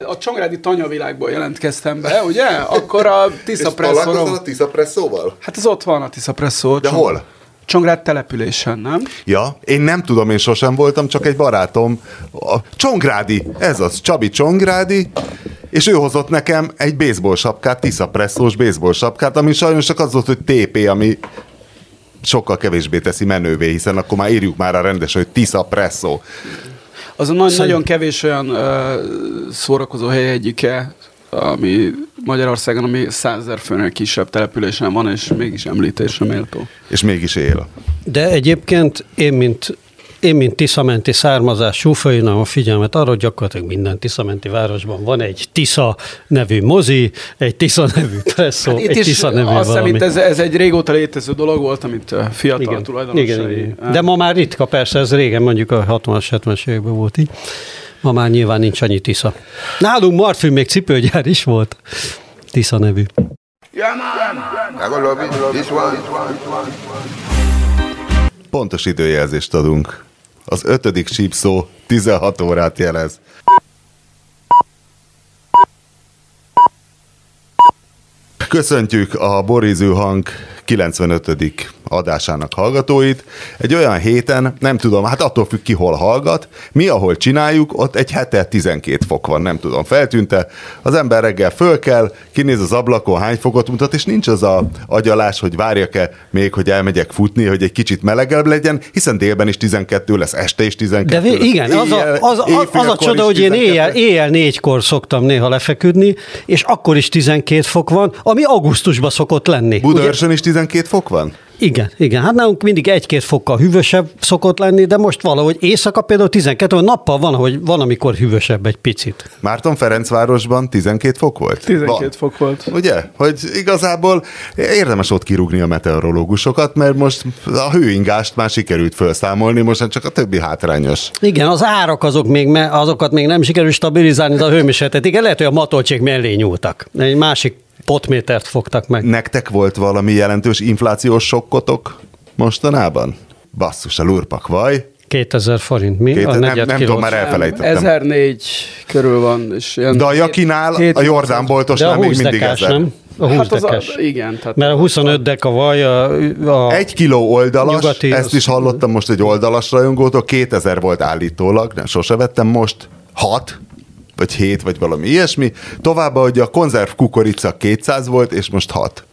A csongrádi tanyavilágból jelentkeztem be, ugye? Akkor a Tisza Presszóval... És találkozol a Tisza Presszóval? Hát az ott van a Tisza Presszó. De hol? Csongrád településen, nem? Ja, én nem tudom, én sosem voltam, csak egy barátom. A Csongrádi, ez az, Csabi Csongrádi, és ő hozott nekem egy baseball sapkát, Tisza Presszós baseball sapkát, ami sajnos csak az volt, hogy TP, ami sokkal kevésbé teszi menővé, hiszen akkor már írjuk már a rendes, hogy Tisza Presszó. Az a nagyon kevés olyan szórakozó hely egyike, ami Magyarországon, ami 100 000 főnél kisebb településen van, és mégis említésre méltó. És mégis él. De egyébként én, mint tiszamenti származású, felhívnám a figyelmet arra, hogy gyakorlatilag minden tiszamenti városban van egy Tisza nevű mozi, egy Tisza nevű presszó, hát egy Tisza nevű valami. Azt hiszem, ez egy régóta létező dolog volt, amit fiatal tulajdonosai... Igen. De ma már ritka, persze, ez régen mondjuk a 60-as, 70-es években volt így. Ma már nyilván nincs annyi Tisza. Nálunk Marfűn még cipőgyár is volt, Tisza nevű. Pontos időjelzést adunk. Az 5. sípszó 16 órát jelez. Köszöntjük a Borízű Hang 95. adásának hallgatóit. Egy olyan héten, nem tudom, hát attól függ ki hol hallgat, mi ahol csináljuk, ott egy hete 12 fok van, nem tudom, feltűnte. Az ember reggel föl kell, kinéz az ablakon, hány fokot mutat, és nincs az a agyalás, hogy várjak-e még, hogy elmegyek futni, hogy egy kicsit melegebb legyen, hiszen délben is 12 lesz, este is 12 lesz. De igen, az a csoda, hogy én éjjel 4-kor szoktam néha lefeküdni, és akkor is 12 fok van, ami augusztusban szokott lenni. Budaörsön is 12 fok van? Igen. Hát nálunk mindig 1-2 fokkal hűvösebb szokott lenni, de most valahogy éjszaka például 12, vagy nappal van, amikor hűvösebb egy picit. Márton-Ferencvárosban 12 fok volt? 12 fok volt. Ugye? Hogy igazából érdemes ott kirúgni a meteorológusokat, mert most a hőingást már sikerült felszámolni, most csak a többi hátrányos. Igen, az árak azokat még nem sikerült stabilizálni, de a hőmérsékletet. Igen, lehet, hogy a matolcsék mellé nyúltak. Egy másik potmétert fogtak meg. Nektek volt valami jelentős inflációs sokkotok mostanában? Basszus, a lurpak vaj. 2000 forint, mi? Nem tudom, már elfelejtettem. 1004 körül van. És de a Jakinál, a Jordán boltosnál még mindig 1000. Nem? A 20 dekás. Igen. Tehát mert a 25 dek a vaj, a 1 kiló oldalas, nyugati, ezt is hallottam most egy oldalas rajongótól, 2000 volt állítólag, sose vettem, most 6, vagy 7, vagy valami ilyesmi. Továbbá, hogy a konzerv kukorica 200 volt, és most 6.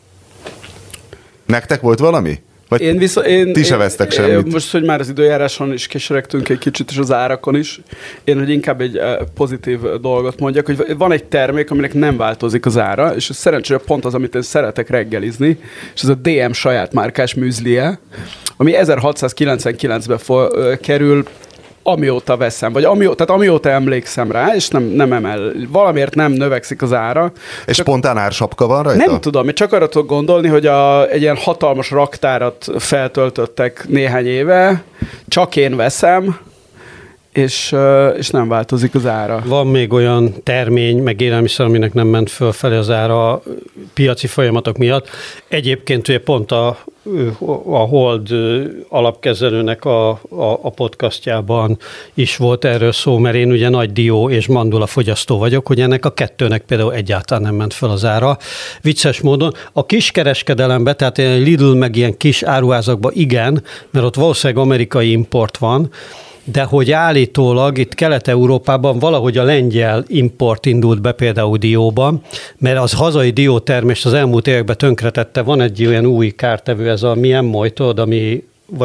Nektek volt valami? Vagy ti se vesztek semmit? Most, hogy már az időjáráson is keseregtünk egy kicsit, és az árakon is, én hogy inkább egy pozitív dolgot mondjak, hogy van egy termék, aminek nem változik az ára, és ez szerencsére pont az, amit én szeretek reggelizni, és ez a DM saját márkás műzlie, ami 1699-ben kerül, amióta veszem, vagy amióta emlékszem rá, és nem emel. Valamiért nem növekszik az ára. És spontán ársapka van rajta? Nem tudom, én csak arra tudok gondolni, hogy egy ilyen hatalmas raktárat feltöltöttek néhány éve, csak én veszem, és nem változik az ára. Van még olyan termény, meg élelmiszer, aminek nem ment fölfelé az ára a piaci folyamatok miatt. Egyébként ugye pont a Hold alapkezelőnek a podcastjában is volt erről szó, mert én ugye nagy dió és mandula fogyasztó vagyok, hogy ennek a kettőnek például egyáltalán nem ment fel az ára. Vicces módon a kiskereskedelemben, tehát Lidl meg ilyen kis áruházakban igen, mert ott valószínűleg amerikai import van, de hogy állítólag itt Kelet-Európában valahogy a lengyel import indult be például dióban, mert az hazai diótermést az elmúlt években tönkretette. Van egy olyan új kártevő, ez a milyen mojtod, ami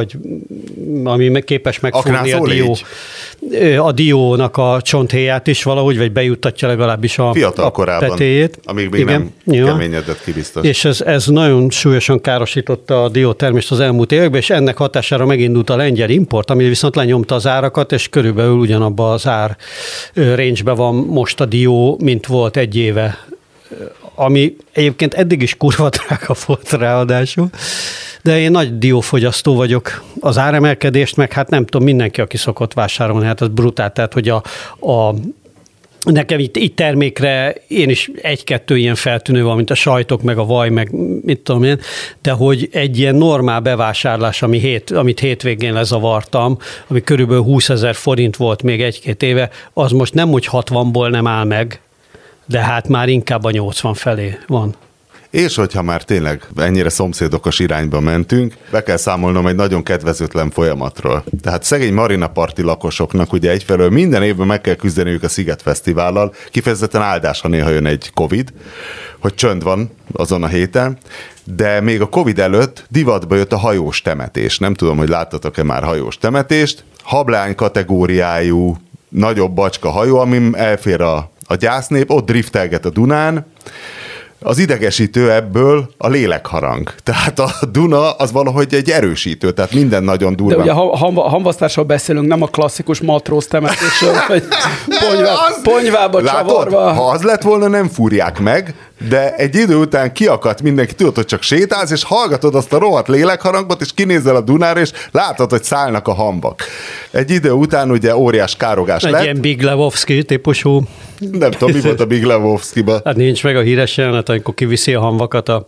képes megfogni a diónak a csonthéját is valahogy, vagy bejuttatja legalábbis a petéjét. Amíg még igen, nem keményedett ki biztos. És ez nagyon súlyosan károsította a diótermést az elmúlt években, és ennek hatására megindult a lengyel import, ami viszont lenyomta az árakat, és körülbelül ugyanabban az ár range-ben van most a dió, mint volt egy éve, ami egyébként eddig is kurva drága volt ráadásul. De én nagy diófogyasztó vagyok. Az áremelkedést meg hát nem tudom, mindenki, aki szokott vásárolni, hát ez brutál. Tehát, hogy nekem itt termékre én is 1-2 ilyen feltűnő van, mint a sajtok, meg a vaj, meg mit tudom én, de hogy egy ilyen normál bevásárlás, amit hétvégén lezavartam, ami körülbelül 20 000 forint volt még 1-2 éve, az most nem úgy 60-ból nem áll meg, de hát már inkább a 80 felé van. És hogyha már tényleg ennyire szomszédokos irányba mentünk, be kell számolnom egy nagyon kedvezőtlen folyamatról. Tehát szegény marinaparti lakosoknak ugye egyfelől minden évben meg kell küzdeniük a Sziget Fesztivállal, kifejezetten áldás, ha néha jön egy Covid, hogy csönd van azon a héten, de még a Covid előtt divatba jött a hajós temetés. Nem tudom, hogy láttatok-e már hajós temetést. Hablány kategóriájú, nagyobb bacska hajó, amin elfér a gyásznép, ott driftelget a Dunán. Az idegesítő ebből a lélekharang. Tehát a Duna az valahogy egy erősítő, tehát minden nagyon durva. De ugye hamvasztásról beszélünk, nem a klasszikus matróz temetésről, hogy ponyvába csavarva. Ha az lett volna, nem fúrják meg, de egy idő után kiakadt mindenki, tudod, hogy csak sétálsz, és hallgatod azt a rohadt lélekharangot, és kinézel a Dunára, és látod, hogy szállnak a hambak. Egy idő után ugye óriás károgás lett. Egy ilyen Big Lebowski típusú. Nem tudom, mi volt a Big Lebowskiba. Hát nincs meg a híres jelenet, amikor kiviszi a hamvakat a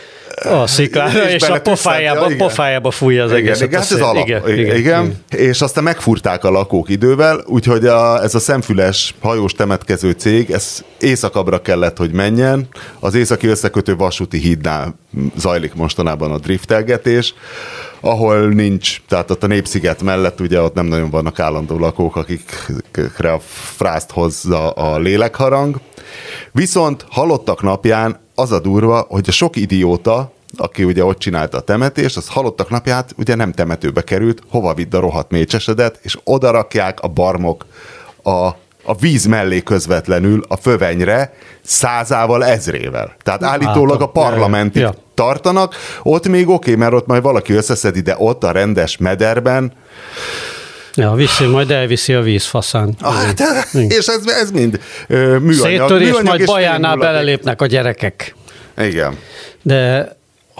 sziklára, és a pofájába fújja az egészet. Igen, hát ez alap. Igen. És aztán megfúrták a lakók idővel, úgyhogy ez a szemfüles hajós temetkező cég, ez északabbra kellett, hogy menjen. Az északi összekötő vasúti hídnál zajlik mostanában a driftelgetés, ahol nincs, tehát ott a Népsziget mellett ugye ott nem nagyon vannak állandó lakók, akikre a frászt hozza a lélekharang. Viszont halottak napján az a durva, hogy a sok idióta, aki ugye ott csinálta a temetést, az halottak napját ugye nem temetőbe került, hova vidd a rohadt mécsesedet, és oda rakják a barmok a víz mellé közvetlenül a fövenyre 100-ával, 1000-ével. Tehát állítólag a parlamentig tartanak, ott még oké, mert ott majd valaki összeszedi, de ott a rendes mederben. Ja, majd elviszi a vízfaszán. Hát, és ez mind műanyag. Széttör, és majd bajánál belelépnek a gyerekek. Igen. De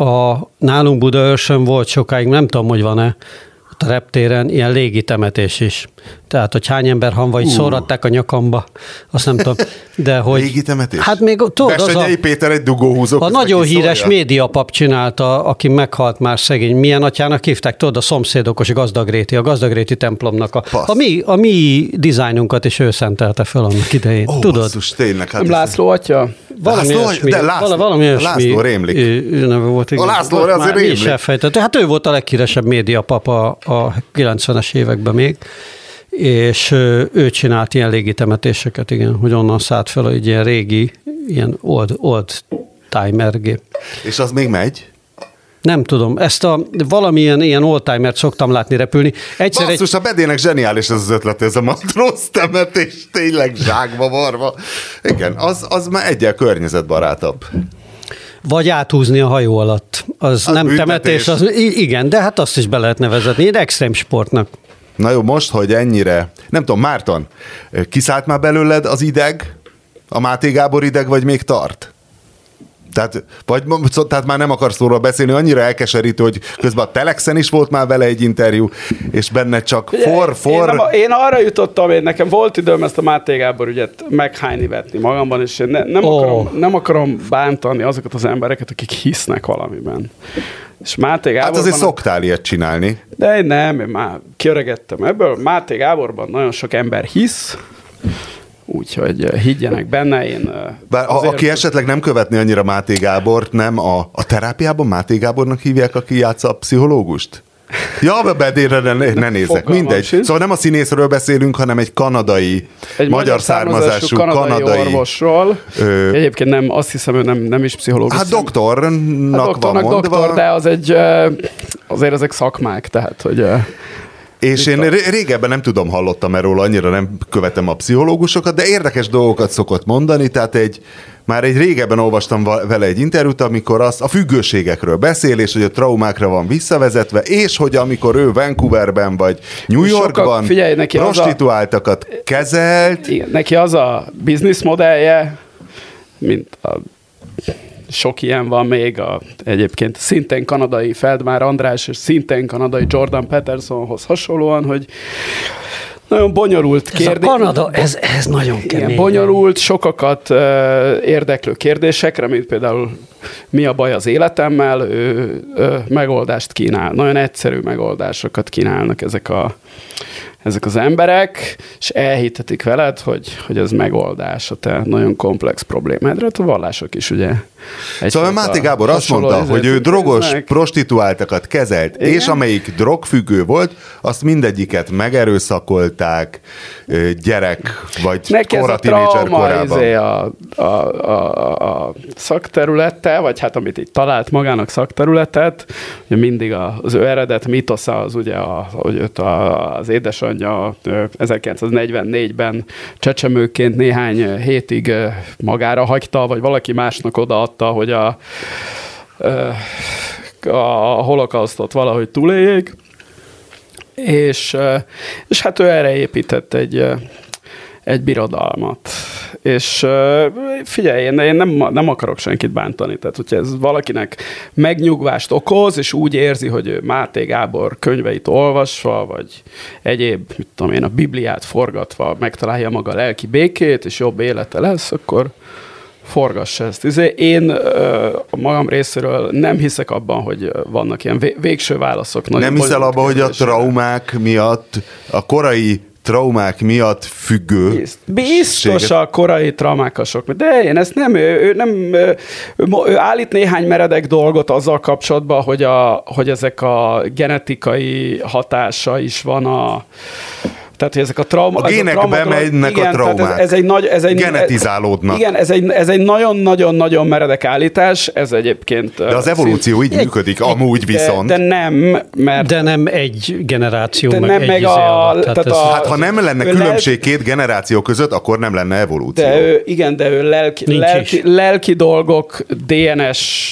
nálunk Budaörsön volt sokáig, nem tudom, hogy van-e, a reptéren ilyen légitemetés is. Tehát, hogy hány ember hamva így szóratták a nyakamba, azt nem tudom. De hogy... Légitemetés? Hát még tudod, Bessenyei Péter egy dugóhúzó. A nagyon híres médiapap csinálta, aki meghalt már szegény. Milyen atyának hívták? Tudod, a szomszédokos Gazdagréti, a Gazdagréti templomnak. A mi dizájnunkat is ő szentelte fel annak idején. Tudod? Basszus, tényleg. Hát László atya? Valami olyasmi László rémlik. Neve volt. A László azért rémlik. Hát ő volt a leghíresebb médiapap a 90-es években még, és ő csinált ilyen légitemetéseket, igen, hogy onnan szállt fel egy ilyen régi, ilyen old timer gép. És az még megy? Nem tudom, valamilyen ilyen oldtimert szoktam látni repülni. Basszus, a Bedének zseniális ez az ötlet, ez a matróz temetés, tényleg zsákba varva. Igen, az már egyel környezetbarátabb. Vagy áthúzni a hajó alatt. Az nem büntetés. temetés, igen, de hát azt is be lehet nevezetni, egy extrém sportnak. Na jó, most, hogy ennyire, nem tudom, Márton, kiszállt már belőled az ideg, a Máté Gábor ideg, vagy még tart? Tehát már nem akarsz róla beszélni, annyira elkeserítő, hogy közben a Telexen is volt már vele egy interjú, és benne csak Én arra jutottam, én nekem volt időm ezt a Máté Gábor ügyet meghányni vetni magamban, és én nem akarom bántani azokat az embereket, akik hisznek valamiben. És Máté Gáborban... Hát azért szoktál ilyet csinálni. De én már kiöregettem ebből. Máté Gáborban nagyon sok ember hisz, úgyhogy higgyenek benne. Aki esetleg nem követni annyira Máté Gábort, nem a terápiában Máté Gábornak hívják, aki játsza a pszichológust? Ja, Bedére ne nézzek, mindegy. Szóval nem a színészről beszélünk, hanem egy kanadai, magyar származású kanadai orvosról. Egyébként nem, azt hiszem, ő nem is pszichológus. Hát doktornak van mondva. Doktor, de azért ezek szakmák, tehát, hogy... És én régebben nem tudom, hallottam erről, annyira nem követem a pszichológusokat, de érdekes dolgokat szokott mondani, tehát már régebben olvastam vele egy interjút, amikor a függőségekről beszél, és hogy a traumákra van visszavezetve, és hogy amikor ő Vancouverben vagy New Yorkban prostituáltakat kezelt. Igen, neki az a bizniszmodellje, mint a sok ilyen van még, egyébként szintén kanadai Feldmár András, és szintén kanadai Jordan Petersonhoz hasonlóan, hogy nagyon bonyolult kérdés. Ez a Kanada, ez nagyon kemény. Igen, bonyolult, sokakat érdeklő kérdésekre, mint például mi a baj az életemmel, ő megoldást kínál. Nagyon egyszerű megoldásokat kínálnak ezek a ezek az emberek, és elhitetik veled, hogy ez megoldás a te nagyon komplex problémádra. A vallások is ugye. Szóval Máté Gábor azt mondta, hogy ő drogos prostituáltakat kezelt, igen? És amelyik drogfüggő volt, azt mindegyiket megerőszakolták gyerek vagy kora tínédzser korában. A szakterülete, vagy hát amit így talált magának szakterületet, ugye mindig az ő eredet mitosza az ugye, hogy az édesanyja 1944-ben csecsemőként néhány hétig magára hagyta, vagy valaki másnak odaadta, hogy a holokausztot valahogy túléljék, és hát ő erre épített egy birodalmat. És figyelj, én nem akarok senkit bántani, tehát hogyha ez valakinek megnyugvást okoz, és úgy érzi, hogy ő Máté Gábor könyveit olvasva, vagy egyéb, mit tudom én, a Bibliát forgatva megtalálja maga lelki békét, és jobb élete lesz, akkor forgassa ezt. Én a magam részéről nem hiszek abban, hogy vannak ilyen végső válaszok. Nem hiszel abban, hogy a traumák miatt, a korai traumák miatt függő. Biztos a korai traumákkal sok. De én ezt nem, ő állít néhány meredek dolgot azzal kapcsolatban, hogy ezek a genetikai hatása is van tehát, hogy ezek a traumák... A génekbe mennek a traumák. Genetizálódnak. Igen, ez egy nagyon-nagyon-nagyon meredek állítás, ez egyébként... De az evolúció így működik, amúgy viszont. De nem, mert... De nem egy generáció, de meg nem egy meg Hát ha nem lenne különbség két generáció között, akkor nem lenne evolúció. De ő lelki dolgok, DNS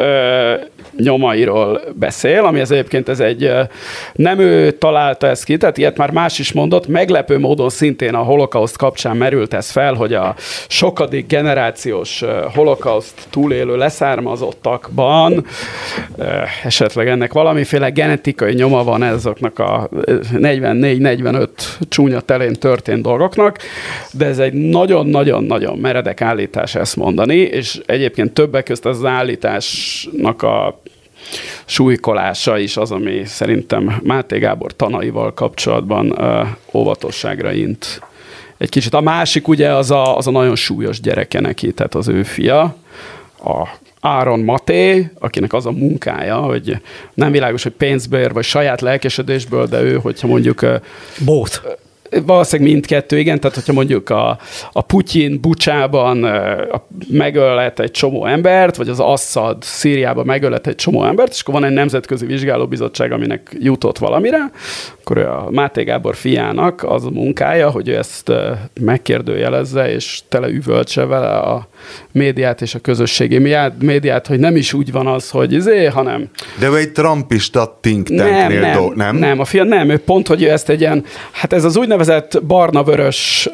nyomairól beszél, ami ez egyébként nem ő találta ezt ki, tehát ilyet már más is mondott, meglepő módon szintén a holokauszt kapcsán merült ez fel, hogy a sokadik generációs holokauszt túlélő leszármazottakban esetleg ennek valamiféle genetikai nyoma van ezoknak a 44-45 csúnya telén történt dolgoknak, de ez egy nagyon-nagyon-nagyon meredek állítás ezt mondani, és egyébként többek közt az állításnak a súlykolása is az, ami szerintem Máté Gábor tanaival kapcsolatban óvatosságra int. Egy kicsit. A másik ugye az a nagyon súlyos gyereke neki, tehát az ő fia, a Áron Maté, akinek az a munkája, hogy nem világos, hogy pénzből vagy saját lelkesedésből, de ő, hogyha mondjuk... Both. Valószínűleg mindkettő, igen, tehát hogyha mondjuk a Putyin Bucsában megölt egy csomó embert, vagy az Assad Szíriában megölt egy csomó embert, és akkor van egy nemzetközi vizsgálóbizottság, aminek jutott valamire, akkor a Máté Gábor fiának az a munkája, hogy ő ezt megkérdőjelezze, és tele üvöltse vele a médiát és a közösségi médiát, hogy nem is úgy van az, hogy hanem... De ő egy trumpista think tanknél nem? Nem, a fia nem, ő pont, hogy ő ezt egy ilyen, hát ez az úgynevezett barna-vörös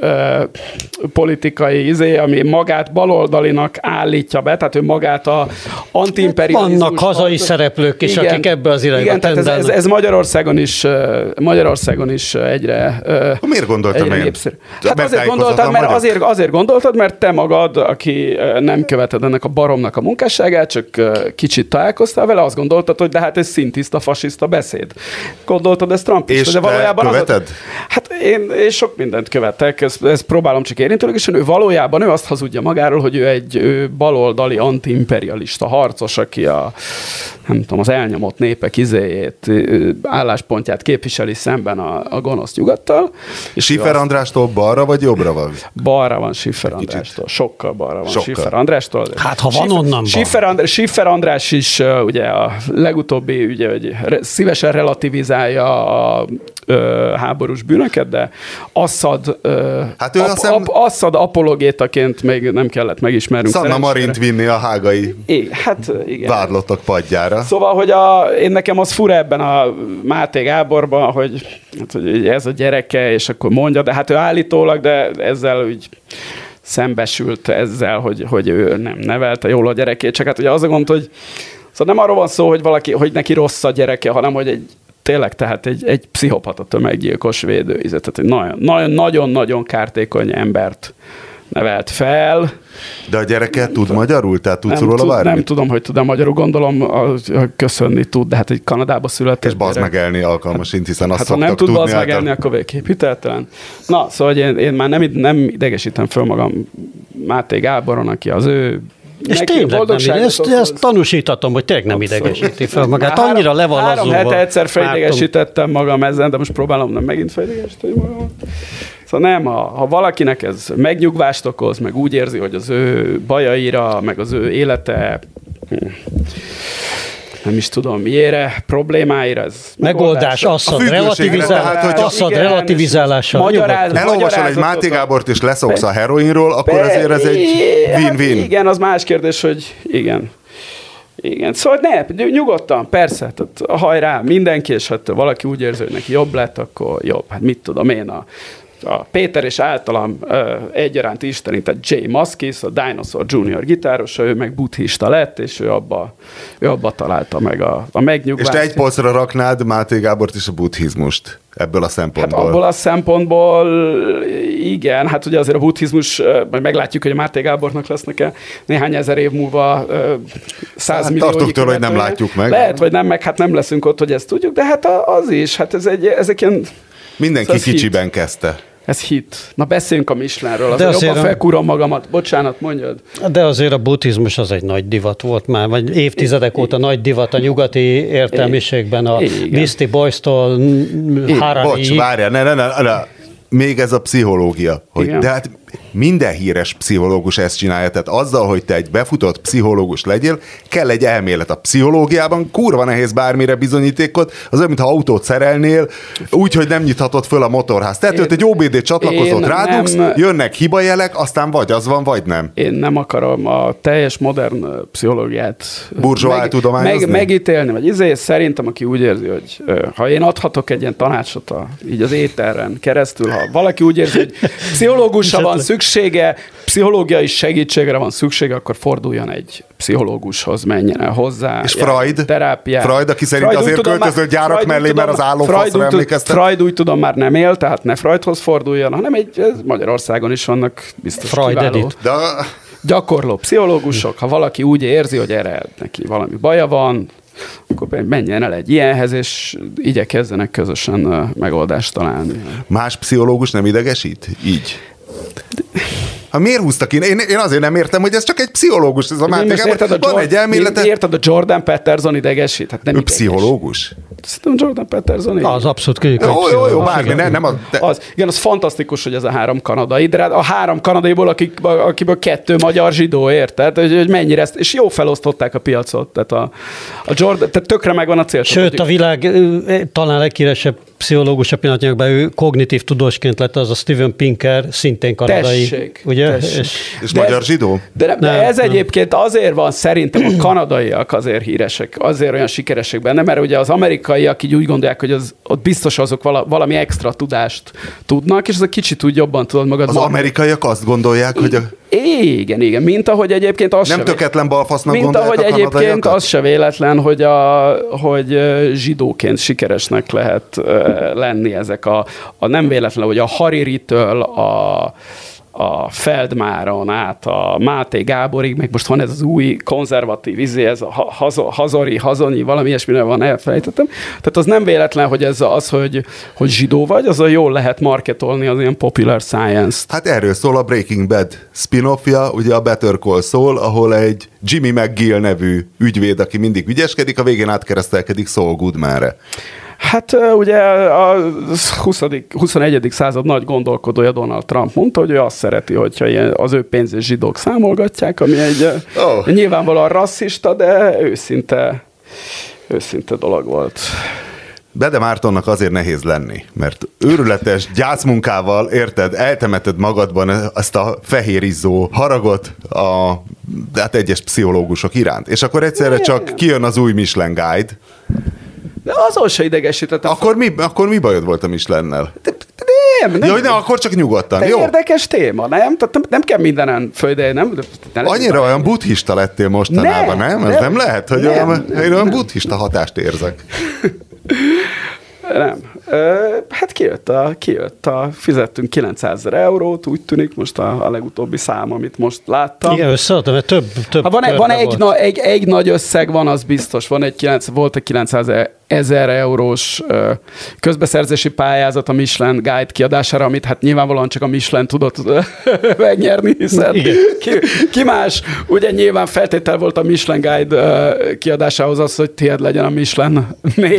politikai ami magát baloldalinak állítja be, tehát ő magát a antiimperializmus... Vannak hazai szereplők is, akik ebbe az irányba tendelnek. Igen, tehát ez Magyarországon is egyre... Miért gondoltam én? Hát azért gondoltad, mert te magad, aki nem követed ennek a baromnak a munkásságát, csak kicsit találkoztál vele, azt gondoltad, hogy de hát ez szintiszta, fasiszta beszéd. Gondoltad ezt trumpista. És de valójában követed? Hát én sok mindent követek, ezt próbálom csak érintőlegesen, ő valójában azt hazudja magáról, hogy ő egy baloldali antiimperialista harcos, aki nem tudom, az elnyomott népek álláspontját képviseli szemben a gonosz nyugattal. Schiffer Andrástól balra vagy jobbra van? Balra van Schiffer Andrástól, sokkal balra van Schiffer Andrástól. Hát ha van onnan Schiffer András is ugye a legutóbbi ügye, hogy szívesen relativizálja a háborús bűnöket, de Assad apologétaként még nem kellett megismernünk. Sanna Marint vinni a hágai vádlottak padjára. Szóval, hogy én nekem az fura ebben a Máté Gáborban, hogy ez a gyereke, és akkor mondja, de hát ő állítólag, de ezzel úgy szembesült ezzel, hogy ő nem nevelte jól a gyerekét, csak hát ugye az a gond, hogy szóval nem arról van szó, hogy neki rossz a gyereke, hanem hogy tényleg tehát egy pszichopata tömeggyilkos védőizet, tehát egy nagyon-nagyon kártékony embert nevelt fel. De a gyereke tud magyarul? Tehát tudsz róla bármit? Nem tudom, hogy tud-e magyarul, gondolom, köszönni tud, de hát egy Kanadába született. És bazd megelni alkalmasint, hiszen azt hát, ha nem tud bazd által... megelni, akkor végképp hiteltelen. Na, szóval én már nem idegesítem föl magam Máté Gáboron, aki az ő és tényleg nem, ezt tanúsítatom, hogy tényleg nem idegesíti fel magát. Annyira le van 3 hete egyszer felidegesítettem magam ezen, de most próbálom nem megint felidegesíteni magam. Szóval nem, ha valakinek ez megnyugvást okoz, meg úgy érzi, hogy az ő bajaira, meg az ő élete, nem is tudom miére, problémáira, ez megoldás, relativizálással. Elolvasol egy Máté Gábort és leszoksz a heroinról, akkor azért ez egy win-win. Igen, az más kérdés, hogy igen. Igen, szóval nyugodtan, persze, tehát hajrá, mindenki, és hát valaki úgy érzi, hogy neki jobb lett, akkor jobb. Hát mit tudom én, a Péter és általam egyaránt istenített Jay Muskis, a Dinosaur Junior gitárosa, ő meg buddhista lett, és ő abba találta meg a megnyugvást. És te egy polcra raknád Máté Gábort és a buddhizmust ebből a szempontból? Hát abból a szempontból igen, hát ugye azért a buddhizmus, majd meglátjuk, hogy a Máté Gábornak lesznek-e néhány ezer év múlva 100 millió. Tartok tőle, hogy nem látjuk meg. Lehet, vagy nem, meg hát nem leszünk ott, hogy ezt tudjuk, de hát az is, hát ezek ilyen... Mindenki ez kicsiben hit. Kezdte. Ez hit. Na beszéljünk a Michelinről, azért jobban felkúrom magamat. Bocsánat, mondjad. De azért a buddhizmus az egy nagy divat volt már, vagy évtizedek óta nagy divat a nyugati értelmiségben, a Beastie Boys-tól Harari. Bocs, várjál, ne. Még ez a pszichológia. De hát minden híres pszichológus ezt csinálja, tehát azzal, hogy te egy befutott pszichológus legyél, kell egy elmélet a pszichológiában, kurva nehéz bármire bizonyítékot, az olyan, mintha autót szerelnél, úgy, hogy nem nyithatod föl a motorház. Tehát egy OBD csatlakozót rádugsz, jönnek hibajelek, aztán vagy az van, vagy nem. Én nem akarom a teljes modern pszichológiát megítélni, vagy szerintem, aki úgy érzi, hogy ha én adhatok egy ilyen tanácsot így az éteren keresztül, ha valaki úgy érzi, hogy pszichológusra van szüksége, pszichológiai segítségre van szüksége, akkor forduljon egy pszichológushoz, menjen el hozzá. És Freud? Terápiát. Freud, aki szerint azért költözött gyárak mellé, mert az állófaszra emlékeztet. Freud úgy tudom már nem él, tehát ne Freudhoz forduljon, hanem Magyarországon is vannak biztos kiváló gyakorló pszichológusok. Ha valaki úgy érzi, hogy erre neki valami baja van, akkor menjen el egy ilyenhez, és igyekezzenek közösen megoldást találni. Más pszichológus nem idegesít? Így. Ha miért húztak én azért nem értem, hogy ez csak egy pszichológus, ez a Máté Gábor. Van egy elmélete. Érted, a Jordan Peterson idegesít? Hát nem ő pszichológus? Szerintem Jordan Peterson. Az abszolút jó, bármi, nem az. Igen, az fantasztikus, hogy ez a 3 kanadai, de a 3 kanadaiból, akiből 2 magyar zsidó, érted? Hogy mennyire ezt, és jó felosztották a piacot. Tehát a Jordan, tehát tökre megvan a cél. Sőt, a világ talán leghíresebb pszichológus a pillanatnyakban, ő kognitív tudósként lett, az a Steven Pinker, szintén kanadai. Tessék, ugye? És magyar zsidó? De ez egyébként azért van, szerintem a kanadaiak azért híresek, azért olyan sikeresek benne, mert ugye az amerikaiak így úgy gondolják, hogy ott biztos azok valami extra tudást tudnak, és ez egy kicsit úgy jobban tudod magad. Az amerikaiak azt gondolják, hogy Igen, mint ahogy egyébként az nem tökéletlen balfasznak gondolják a kanadaiakat. Mint ahogy egyébként az se véletlen, hogy zsidóként sikeresnek lehet lenni ezek nem véletlen, hogy a Hariritől a Feldmáron át a Máté Gáborig, meg most van ez az új konzervatív ez a hazonyi, valami ilyesmire van, elfelejtettem. Tehát az nem véletlen, hogy ez az, hogy zsidó vagy, azon jól lehet marketolni az ilyen popular science-t. Hát erről szól a Breaking Bad spin-offja, ugye a Better Call Saul, ahol egy Jimmy McGill nevű ügyvéd, aki mindig ügyeskedik, a végén átkeresztelkedik Saul Goodmanre. Hát ugye a 21. század nagy gondolkodója Donald Trump mondta, hogy ő azt szereti, hogyha az ő pénzét zsidók számolgatják, ami egy nyilvánvalóan rasszista, de őszinte dolog volt. Bede Mártonnak azért nehéz lenni, mert őrületes gyászmunkával, érted, eltemeted magadban ezt a fehérizzó haragot hát egyes pszichológusok iránt. És akkor egyszerre csak kijön az új Michelin Guide. De azon se idegesítettem. Akkor mi bajod volt a Michelin-nel? Nem. Jaj, akkor csak nyugodtan, jó? Érdekes téma, nem? Tehát nem kell mindenen földelni, nem? Annyira olyan buddhista lettél mostanában, nem? Ez nem lehet, hogy olyan buddhista hatást érzek. Nem. Hát kijött fizettünk 900 000 eurót, úgy tűnik most a legutóbbi szám, amit most láttam. Igen, összeadtam, mert több van egy nagy összeg, van, az biztos. Volt egy 900 000 eurós közbeszerzési pályázat a Michelin Guide kiadására, amit hát nyilvánvalóan csak a Michelin tudott megnyerni, hiszen ki más, ugye nyilván feltétel volt a Michelin Guide kiadásához az, hogy tiéd legyen a Michelin név.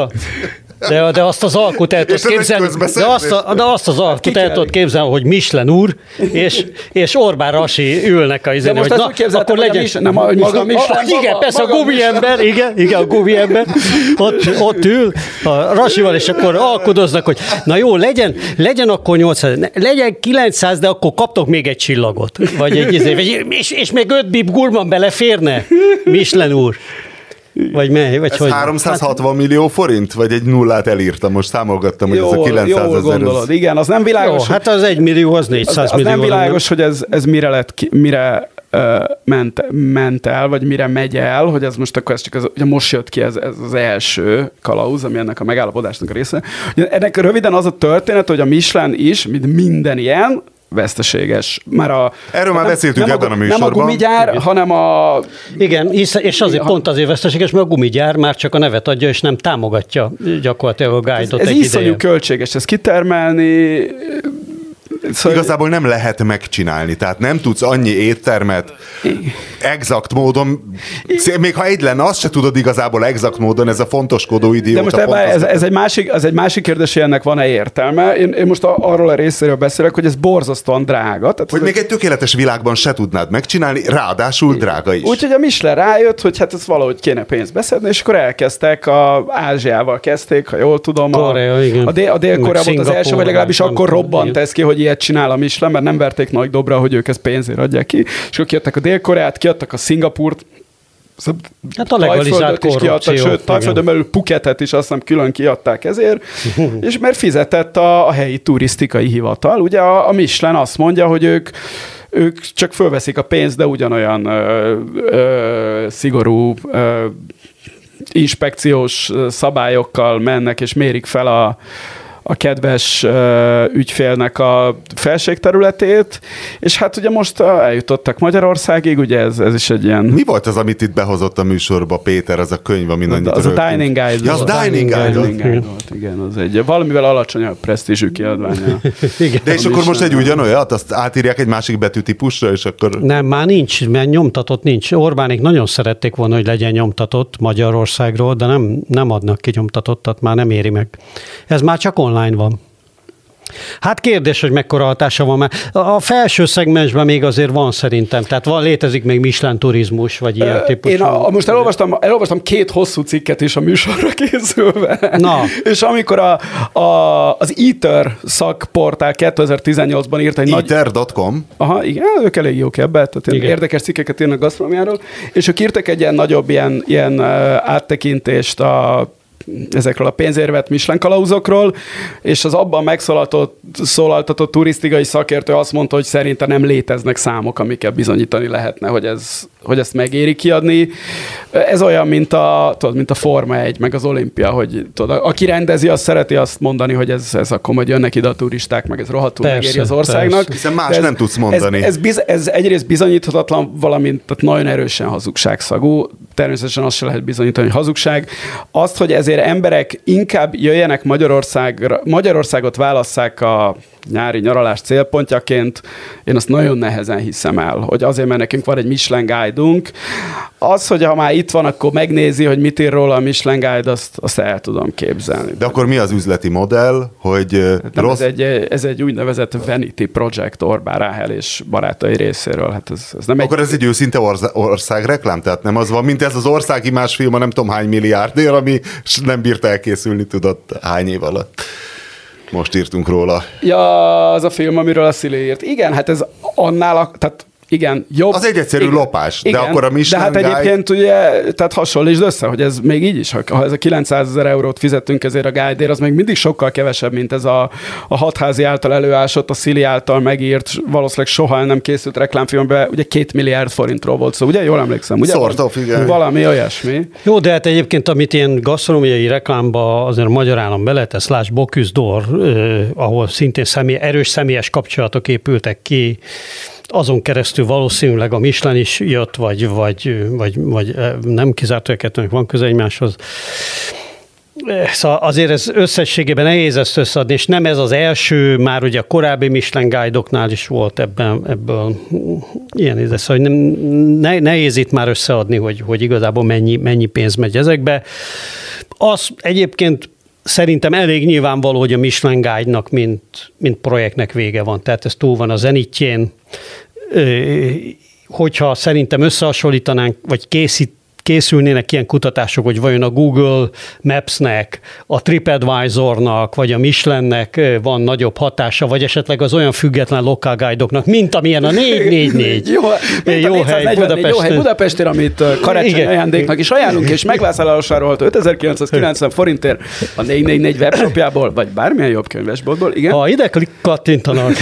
De azt az alkut el tudod képzelni, azt az alkut el tudod képzelni, hogy Michelin úr és Orbán Rasi ülnek a izénél, hogy na, akkor legyen. Nem, hogy maga Michelin. Igen, persze a gumiember, igen, a gumiember ott ül a Rasival, és akkor alkudoznak, hogy na jó, legyen akkor 800, legyen 900, de akkor kaptok még egy csillagot. Vagy egy és még 5 bib gurman beleférne, Michelin úr. Vagy ez hogy? 360 millió forint? Vagy egy nullát elírtam, most számolgattam, hogy ez a 900 000. Jól gondolod, igen, az nem világos. Jó, hát az 1 millió, az 400 millió. Az nem világos, hogy ez mire ment el, vagy mire megy el, hogy ez most akkor ugye most jött ki ez az első kalauz, ami ennek a megállapodásnak a része. Ennek röviden az a történet, hogy a Michelin is, mint minden ilyen, veszteséges. Erről már beszéltünk ebben a műsorban. Nem a gumigyár, hanem a... Igen, és azért pont azért veszteséges, mert a gumigyár már csak a nevet adja, és nem támogatja gyakorlatilag a Guide-ot. Ez iszonyú költséges, ezt kitermelni... Szóval igazából nem lehet megcsinálni, tehát nem tudsz annyi éttermet exakt módon, még ha egy lenne, azt se tudod igazából exakt módon, ez a fontoskodó idióta. De most ez egy másik kérdés, hogy ennek van-e értelme. Én most arról a részéről beszélek, hogy ez borzasztóan drága. Tehát hogy még egy tökéletes világban se tudnád megcsinálni, ráadásul drága is. Úgyhogy a Michelin rájött, hogy hát ez valahogy kéne pénzt beszedni, és akkor elkezdtek, Ázsiával kezdték, ha jól tudom. Korea, igen. A Dél-Korea volt az első, vagy legalábbis akkor robbant ez ki, hogy ilyet csinál a Michelin, mert nem verték nagy dobra, hogy ők ezt pénzért adják ki. És akkor kiadtak a Dél-Koreát, kiadtak a Szingapurt, hát a legalizált korrupció. Sőt, Tajföldön belül Phuketet is azt hiszem külön kiadták ezért, és mert fizetett a helyi turisztikai hivatal. Ugye a Michelin azt mondja, hogy ők csak fölveszik a pénzt, de ugyanolyan szigorú inspekciós szabályokkal mennek, és mérik fel a kedves ügyfélnek a felségterületét, és hát ugye most eljutottak Magyarországig, ugye ez is egy ilyen... Mi volt az, amit itt behozott a műsorba, Péter, az a könyv, ami annyit az a Dining Guide. Ja, az Dining Guide volt, igen, az egy valamivel alacsonyabb presztízsű kiadványa. De és akkor most egy ugyanolyat, azt átírják egy másik betűtípusra, és akkor... Nem, már nincs, mert nyomtatott nincs. Orbánék nagyon szerették volna, hogy legyen nyomtatott Magyarországról, de nem adnak ki nyomtatottat, már nem éri meg. Ez már csak online van. Hát kérdés, hogy mekkora hatása van, mert a felső szegmensben még azért van szerintem, tehát létezik még Michelin turizmus, vagy ilyen típusú. Én most elolvastam 2 hosszú cikket is a műsorra készülve. Na. És amikor az Eater szakportál 2018-ban írt egy Eater.com. Aha, igen, ők elég jók ebbe, tehát érdekes cikkeket írnak gasztronómiáról, és ők írtak egy ilyen nagyobb ilyen áttekintést ezekről a pénzért vett Michelin kalauzokról, és az abban megszólaltatott turisztikai szakértő azt mondta, hogy szerinte nem léteznek számok, amikkel bizonyítani lehetne, hogy ezt megéri kiadni. Ez olyan, mint a Forma 1, meg az olimpia, hogy tudod, aki rendezi, azt szereti azt mondani, hogy ez akkor majd jönnek ide a turisták, meg ez rohadtul megéri az országnak. Persze. Hiszen más nem tudsz mondani. Ez egyrészt bizonyíthatatlan, valamint tehát nagyon erősen hazugságszagú. Természetesen azt se lehet bizonyítani, hogy hazugság. Azt, hogy ezért emberek inkább jöjjenek Magyarországot válasszák a nyári nyaralás célpontjaként, én azt nagyon nehezen hiszem el, hogy azért, mert nekünk van egy Michelin Guide-unk, az, hogy ha már itt van, akkor megnézi, hogy mit ír róla a Michelin Guide, azt el tudom képzelni. De akkor mi az üzleti modell, hogy rossz... Ez egy úgynevezett Vanity Project Orbán Ráhel és barátai részéről. Hát ez nem akkor ez egy őszinte országreklám? Tehát nem az van, mint ez az országimás film, a nem tudom hány milliárdér, ami nem bírt elkészülni, tudott hány év alatt. Most írtunk róla. Ja, az a film, amiről a Szili írt. Igen, hát ez annál, tehát igen, jobb. Az egy egyszerű lopás, de akkor a Michelin de hát egyébként ugye, tehát hasonlítsd össze, hogy ez még így is, ha ez a 900 000 eurót fizettünk ezért a guide-ért, az még mindig sokkal kevesebb, mint ez a Hatházi által előásott, a Szili által megírt, valószínűleg soha el nem készült reklámfilmben, ugye 2 milliárd forintról volt szó, ugye? Jól emlékszem, ugye? Igen. Valami olyasmi. Jó, de hát egyébként, amit ilyen gasztronómiai reklámba azért a magyar állam beletesz, lásd Bocuse d'Or, ahol szintén erős személyes kapcsolatok épültek ki, azon keresztül valószínűleg a Michelin is jött, vagy nem kizárt, hogy a kettőnek van köze egymáshoz. Szóval azért ez összességében nehéz ezt összeadni, és nem ez az első, már ugye a korábbi Michelin guide-oknál is volt ebből ilyen íze, szóval nehéz itt már összeadni, hogy igazából mennyi pénz megy ezekbe. Az egyébként szerintem elég nyilvánvaló, hogy a Michelin Guide-nak, mint projektnek vége van. Tehát ez túl van a zenitjén. Hogyha szerintem összehasonlítanánk, vagy készülnének ilyen kutatások, hogy vajon a Google Maps-nek, a TripAdvisor-nak, vagy a Michelinnek van nagyobb hatása, vagy esetleg az olyan független local guide-oknak, mint amilyen a 444. Jó hely Budapesten, amit karácsonyi ajándéknak is ajánlunk, és megvásárlásáról 5990 forintért a 444 webshopjából, vagy bármilyen jobb könyvesboltból, igen. Ha ide kattintanak.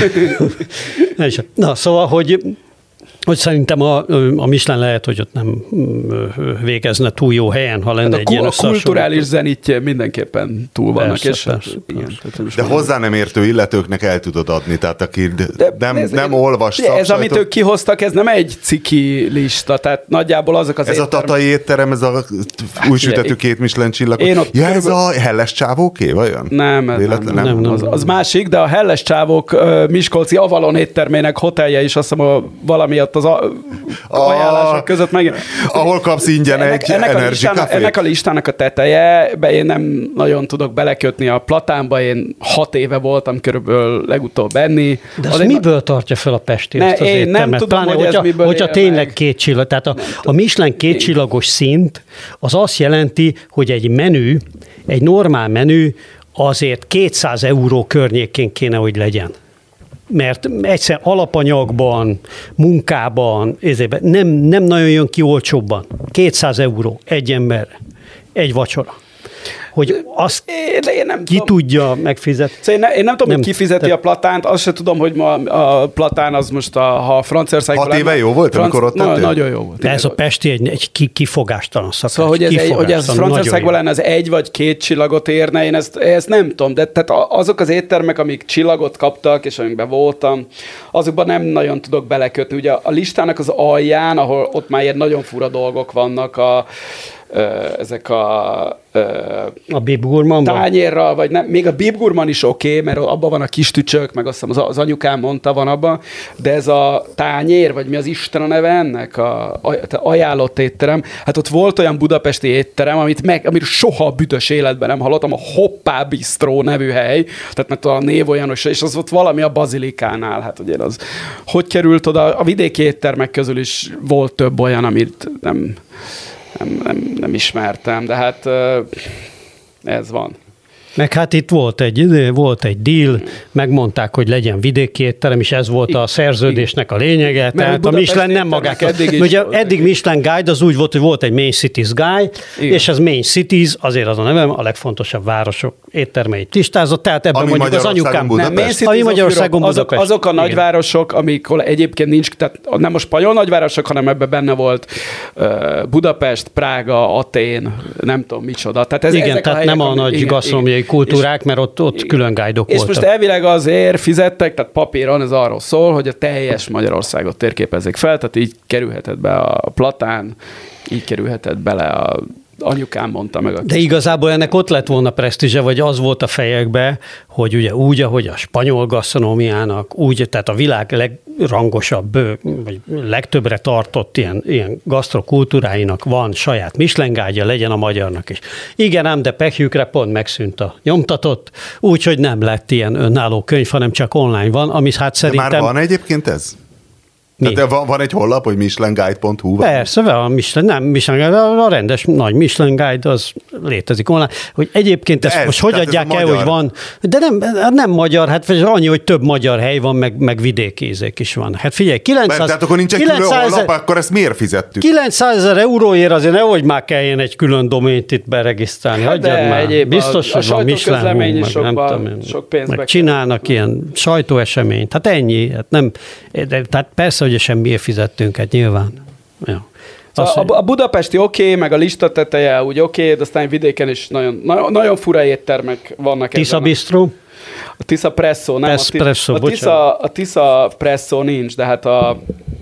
Na, szóval, hogy szerintem a Michelin lehet, hogy ott nem végezne túl jó helyen, ha lenne egy ilyen a kulturális zenitje mindenképpen túl vannak. Persze. De hozzá nem értő illetőknek el tudod adni, tehát aki nem olvas szaksajtot. Ez, amit ők kihoztak, ez nem egy ciki lista, tehát nagyjából azok az ez a tatai étterem, ez a új sütető 2 Michelin csillagot. Ez a Helles Csávóké, vajon? Nem. Az másik, de a Helles Csávók miskolci Avalon éttermének hotelje is, azt hiszem, valamiatt az ajánlások között meg. Ahol kapsz ingyen egy Energy Café. Ennek a listának a teteje, én nem nagyon tudok belekötni a Platánba, én 6 éve voltam körülbelül legutóbb enni. De az miből tartja fel a Pesti ezt az éttermet? Nem tudom, pláne, hogyha tényleg 2 csillag. Tehát a Michelin 2 csillagos szint az azt jelenti, hogy egy menü, egy normál menü azért 200 euró környékén kéne, hogy legyen. Mert egyszer alapanyagban, munkában, nem nagyon jön ki olcsóbban. 200 euró egy emberre, egy vacsora. Hogy azt tudja megfizetni. Szóval én nem tudom, hogy ki fizeti a Platánt, azt se tudom, hogy ma a Platán az most, ha Franciaországban... 6 éve jó volt, amikor ott tettél? Nagyon jó volt. De ez a Pesti egy kifogástalan szakás. Szóval, hogy ez Franciaországban lenne, az 1 vagy 2 csillagot érne, én ezt nem tudom, de tehát azok az éttermek, amik csillagot kaptak, és amikben voltam, azokban nem nagyon tudok belekötni. Ugye a listának az alján, ahol ott már ilyen nagyon fura dolgok vannak, ezek a Bib Gourmandban? Tányérral, vagy nem, még a Bib Gourmand is oké, mert abban van a kis tücsök, meg azt hiszem az anyukám mondta, van abban, de ez a tányér, vagy mi az Isten a neve ennek, a ajánlott étterem, hát ott volt olyan budapesti étterem, amit soha a büdös életben nem hallottam, a Hoppá Bistro nevű hely, tehát mert a név olyan, és az ott valami a Bazilikánál, hát ugye az, hogy került oda, a vidéki éttermek közül is volt több olyan, amit nem ismertem, de hát ez van. Meg hát itt volt egy deal, megmondták, hogy legyen vidéki étterem, és ez volt a szerződésnek a lényege, mert tehát a Michelin nem magák. Ugye eddig Michelin Guide az úgy volt, hogy volt egy Main Cities Guide, igen. És ez Main Cities, azért az a nevem, a legfontosabb városok éttermeit listázott, tehát ebben ami mondjuk az anyukám. Ami Magyarországon Budapest. Azok a nagyvárosok, amikor egyébként nincs, tehát nem a spanyol nagyvárosok, hanem ebben benne volt Budapest, Prága, Atén, nem tudom micsoda. Tehát igen, tehát nem a nagy gasztronómiai kultúrák, mert ott külön guide-ok voltak. És most elvileg azért fizettek, tehát papíron ez arról szól, hogy a teljes Magyarországot térképezzék fel, tehát így kerülhetett be a Platán, így kerülhetett bele a anyukám mondta meg. De igazából ennek ott lett volna presztízse, vagy az volt a fejekbe, hogy ugye úgy, ahogy a spanyol gasztronómiának, úgy, tehát a világ legrangosabb, vagy legtöbbre tartott ilyen gasztrokultúráinak van saját Michelin Guide-ja, legyen a magyarnak is. Igen, ám, de pekjükre pont megszűnt a nyomtatott, úgyhogy nem lett ilyen önálló könyv, hanem csak online van, ami hát szerintem... De már van egyébként ez? Tehát van egy honlap, hogy michelinguide.hu? Persze, a Michelin, nem Michelin, a rendes nagy Michelin Guide az létezik online, hogy egyébként ezt most hogy adják el, hogy van, de nem magyar, hát annyi, hogy több magyar hely van, meg vidéki ízék is van. Hát figyelj, 900... Tehát akkor nincs egy külön honlap, akkor ezt miért fizettük? 900 000 euróért azért nehogy már kelljen egy külön domént itt beregisztrálni. Hagyjad már. Biztos, hogy van Michelin is sok pénzbe meg csinálnak ilyen sajtóeseményt. Hát ennyi. Hát nem, tehát persze, hogy semmiért fizettünk, hát nyilván. Ja. A budapesti oké, meg a lista teteje úgy oké, de aztán vidéken is nagyon fura éttermek vannak. Tisza Bistro? A Tisza Presszó, nem? A Tisza Presszó nincs, de hát a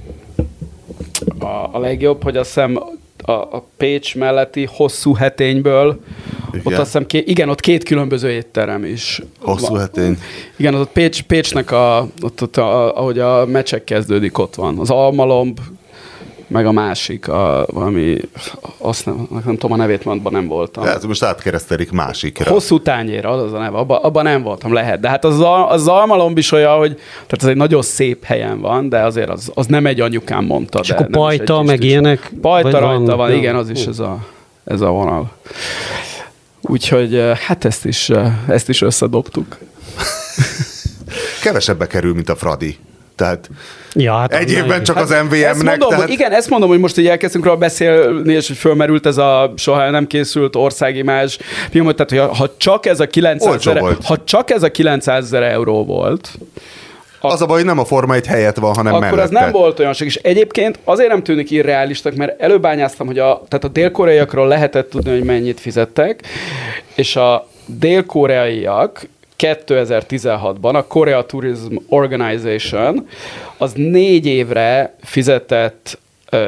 legjobb, hogy azt hiszem a Pécs melletti Hosszú Hetényből, ott azt hiszem, ott két különböző étterem is. Hosszú Hetény. Igen, ott Pécsnek, ahogy a mecsek kezdődik, ott van. Az Almalomb, meg a másik, valami, azt nem tudom a nevét, mert abban nem voltam. De most átkeresztelik másikra. Hosszú Tányér, az a neve, abban nem voltam, lehet. De hát az Almalomb is olyan, hogy tehát ez egy nagyon szép helyen van, de azért az nem egy anyukám mondta. És akkor Pajta, meg ilyenek? Pajta rajta van, igen, az is ez a vonal. Úgyhogy hát ezt is összedobtuk. Kevesebbe kerül, mint a Fradi. Tehát hát egy évben csak az MVM-nek. Igen, ezt mondom, hogy most így elkezdtünk róla beszélni, és hogy fölmerült ez a soha nem készült országimázs film, tehát ha csak ez a 900 000 euró volt, az a baj, hogy nem a Forma 1 helyett van, hanem akkor mellette. az nem volt olyan sok. És egyébként azért nem tűnik irreálistak, mert előbányáztam, hogy tehát a dél-koreaiakról lehetett tudni, hogy mennyit fizettek, és a dél-koreaiak 2016-ban a Korea Tourism Organization az 4 évre fizetett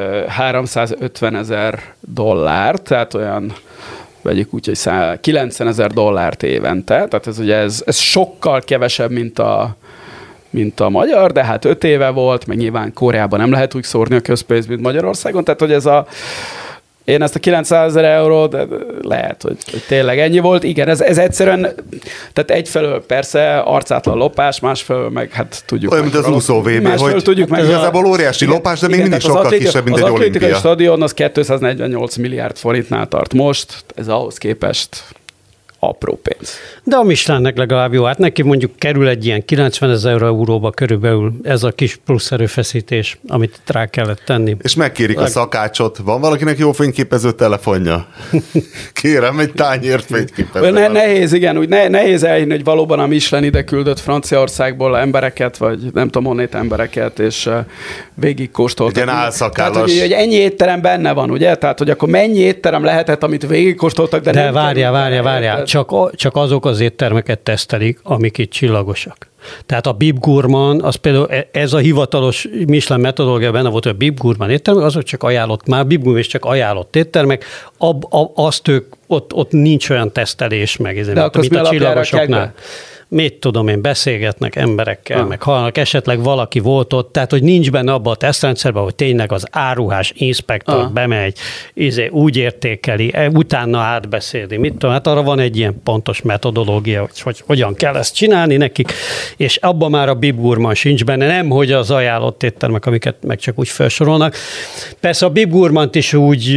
$350,000, tehát olyan, vegyük úgy, hogy $90,000 évente, tehát ez sokkal kevesebb, mint a magyar, de hát 5 éve volt, meg nyilván Koreában nem lehet úgy szórni a közpénzt, mint Magyarországon, tehát hogy én ezt a 900 000 eurót, lehet, hogy tényleg ennyi volt. Igen, ez egyszerűen, tehát egyfelől persze arcátlan lopás, másfelől meg hát tudjuk. Olyan, mint az úszó VB, hogy tudjuk meg, igazából óriási lopás, de még mindig sokkal kisebb, mint egy olimpia. Az atlétikai stadion az 248 milliárd forintnál tart most, ez ahhoz képest apró pénz. De a Michelinnek legalább jó, hát neki mondjuk kerül egy ilyen 90 000 euróba körülbelül ez a kis plusz erőfeszítés, amit rá kellett tenni. És megkérik a szakácsot. Van valakinek jó fényképező telefonja? Kérem, egy tányért fényképező. Nehéz, igen, úgy nehéz elhinni, hogy valóban a Michelin ide küldött Franciaországból embereket, vagy nem tudom honnét embereket, és végig kóstoltak. Egy álszakállas. Tehát, hogy ennyi étterem benne van, ugye? Tehát, hogy akkor mennyi étterem lehetett, amit végig kóstoltak, de várjál. Csak azok az éttermeket tesztelik, amik itt csillagosak. Tehát a Bib Gourmand, az például ez a hivatalos Michelin metodológia benne volt, hogy a Bib Gourmand éttermek, azok csak ajánlott, már Bib Gourmand és csak ajánlott éttermek, azt ott nincs olyan tesztelés meg, mint a csillagosoknál. Mit tudom én, beszélgetnek emberekkel, meg hallnak, esetleg valaki volt ott, tehát hogy nincs benne abban a tesztrendszerben, hogy tényleg az áruhás inspektor bemegy, úgy értékeli, utána átbeszéli, mit tudom, hát arra van egy ilyen pontos metodológia, hogy hogyan kell ezt csinálni nekik, és abban már a Bib Gourmand sincs benne, nem hogy az ajánlott éttermek, amiket meg csak úgy felsorolnak. Persze a Bib Gourmand is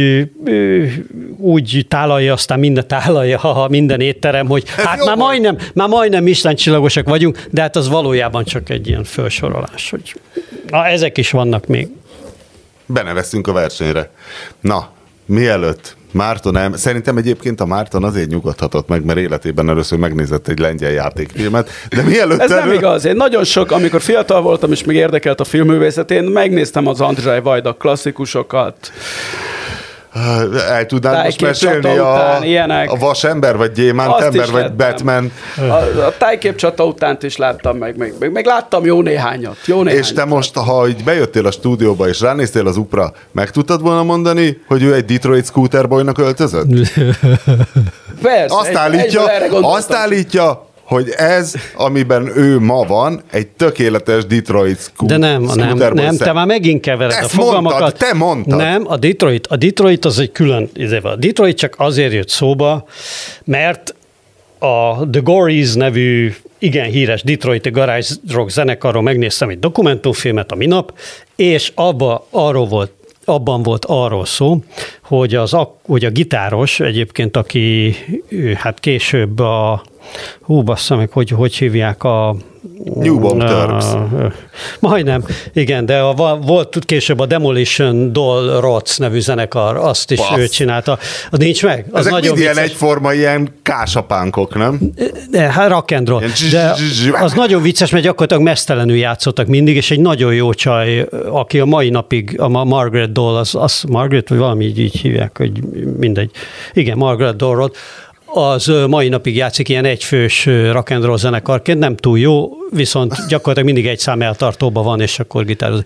úgy tálalja, aztán minden étterem, hogy hát már majdnem Michelin csillagosak vagyunk, de hát az valójában csak egy ilyen felsorolás, hogy ezek is vannak még. Beneveztünk a versenyre. Na, mielőtt Márton szerintem egyébként a Márton azért nyugodhatott meg, mert életében először megnézett egy lengyel játékfilmet, de mielőtt... Ez nem igaz. Én nagyon sok, amikor fiatal voltam és még érdekelt a filmművészet, én megnéztem az Andrzej Wajda klasszikusokat. El tudnál most mesélni a Vasember, vagy Gyémántember, vagy Batman? A tájképcsata utánt is láttam meg láttam jó néhányat. És te most, ha így bejöttél a stúdióba, és ránéztél az Upra, meg tudtad volna mondani, hogy ő egy Detroit Scooterboynak öltözött? Persze. Azt állítja, hogy ez, amiben ő ma van, egy tökéletes Detroit Scooterboy. De nem, te már megint kevered a fogalmakat. Te mondtad. Nem, a Detroit az egy külön, a Detroit csak azért jött szóba, mert a The Gories nevű igen híres Detroit-i garage rock zenekarról megnéztem egy dokumentumfilmet a minap, És abban volt arról szó, hogy hogy a gitáros egyébként, aki hát később bassza meg, hogy hívják New Bomb Turks. Majdnem, igen, de volt később a Demolition Doll Rots nevű zenekar, azt is ő csinálta. Az nincs meg? Az ezek nagyon mind ilyen vicces. egyforma, ilyen kásapánkok, nem? Hát rock and roll. De az nagyon vicces, mert gyakorlatilag mesztelenül játszottak mindig, és egy nagyon jó csaj, aki a mai napig, a Margaret Doll, az Margaret, vagy valami így hívják, hogy mindegy. Igen, Margaret Doll, az mai napig játszik ilyen egyfős rock and roll zenekarként, nem túl jó, viszont gyakorlatilag mindig egy szám eltartóban van, és akkor gitározik.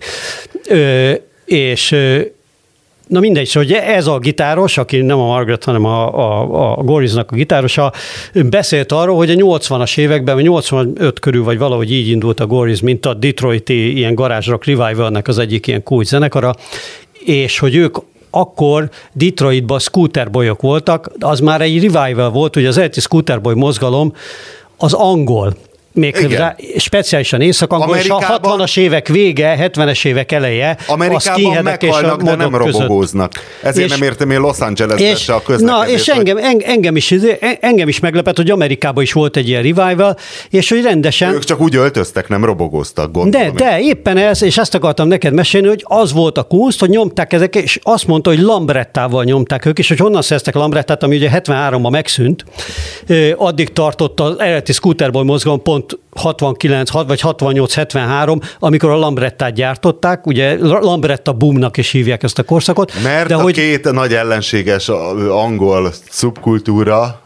Na mindegy, hogy ez a gitáros, aki nem a Margaret, hanem a Goriznak a gitárosa, beszélt arról, hogy a 80-as években, vagy 85 körül, vagy valahogy így indult a Goriz, mint a Detroiti ilyen garázsrock revivalnek az egyik ilyen kulcs zenekara, és hogy ők akkor Detroitban scooterboyok voltak, az már egy revival volt, hogy az eredeti scooterboy mozgalom az angol, még speciálisan észak-angol, és a 60-as évek vége, 70-es évek eleje, Amerikában meghalnak, de nem robogóznak. Ezért nem értem én Los Angelesben se a közlekedést. Na, és engem is meglepett, hogy Amerikában is volt egy ilyen revival, és hogy rendesen... Ők csak úgy öltöztek, nem robogóztak, gondolom. De éppen ez, és ezt akartam neked mesélni, hogy az volt a kunst, hogy nyomták ezeket, és azt mondta, hogy lambrettával nyomták ők, és hogy honnan szereztek lambrettát, ami ugye 73-ban megszűnt, addig tartott az eredeti scooterboy mozgalom pont 69 vagy 68-73, amikor a lambrettát gyártották, ugye lambretta boomnak is hívják ezt a korszakot. Mert de két nagy ellenséges angol szubkultúra,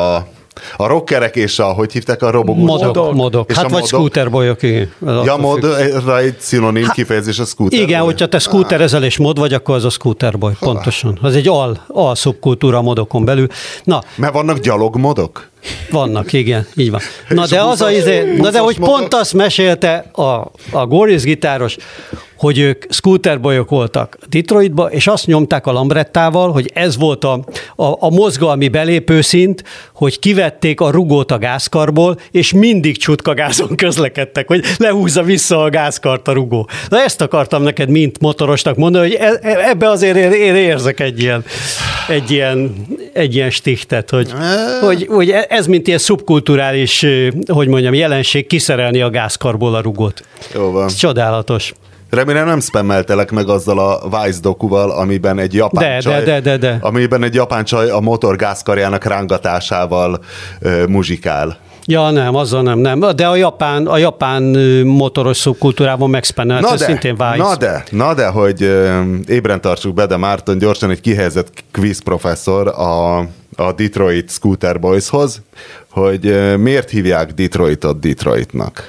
a rockerek és hogy hívták a robogósok? Modok. Hát vagy scooterbolyok, igen. Ja, modra egy szinonim kifejezés a scooterboy. Igen, hogyha te scooterezel és mod vagy, akkor az a scooterboy, pontosan. Az egy szubkultúra a modokon belül. Na, mert vannak gyalogmodok? Vannak, igen, így van. Na de hogy pont azt mesélte a Goriz gitáros, hogy ők scooterboyok voltak Detroitba, és azt nyomták a lambrettával, hogy ez volt a mozgalmi belépőszint, hogy kivették a rugót a gázkarból, és mindig csutkagázon közlekedtek, hogy lehúzza vissza a gázkart a rugó. Na ezt akartam neked mint motorosnak mondani, hogy ebbe azért én érzek egy ilyen stichtet, hogy ez mint ilyen szubkulturális, hogy mondjam, jelenség kiszerelni a gázkarból a rugót. Jó van. Ez csodálatos. Remélem nem spammeltelek meg azzal a Vice dokuval, amiben egy japán csaj, amiben egy japán csaj a motor gázkarjának rángatásával muzsikál. Ja, nem, azzal nem. De a japán motoros szubkultúrában megspannelt, ez szintén Vice. Na de, hogy ébren tartsuk be, de Márton gyorsan egy kihelyezett quiz professzor a Detroit Scooter Boyshoz, hogy miért hívják Detroitot Detroitnak?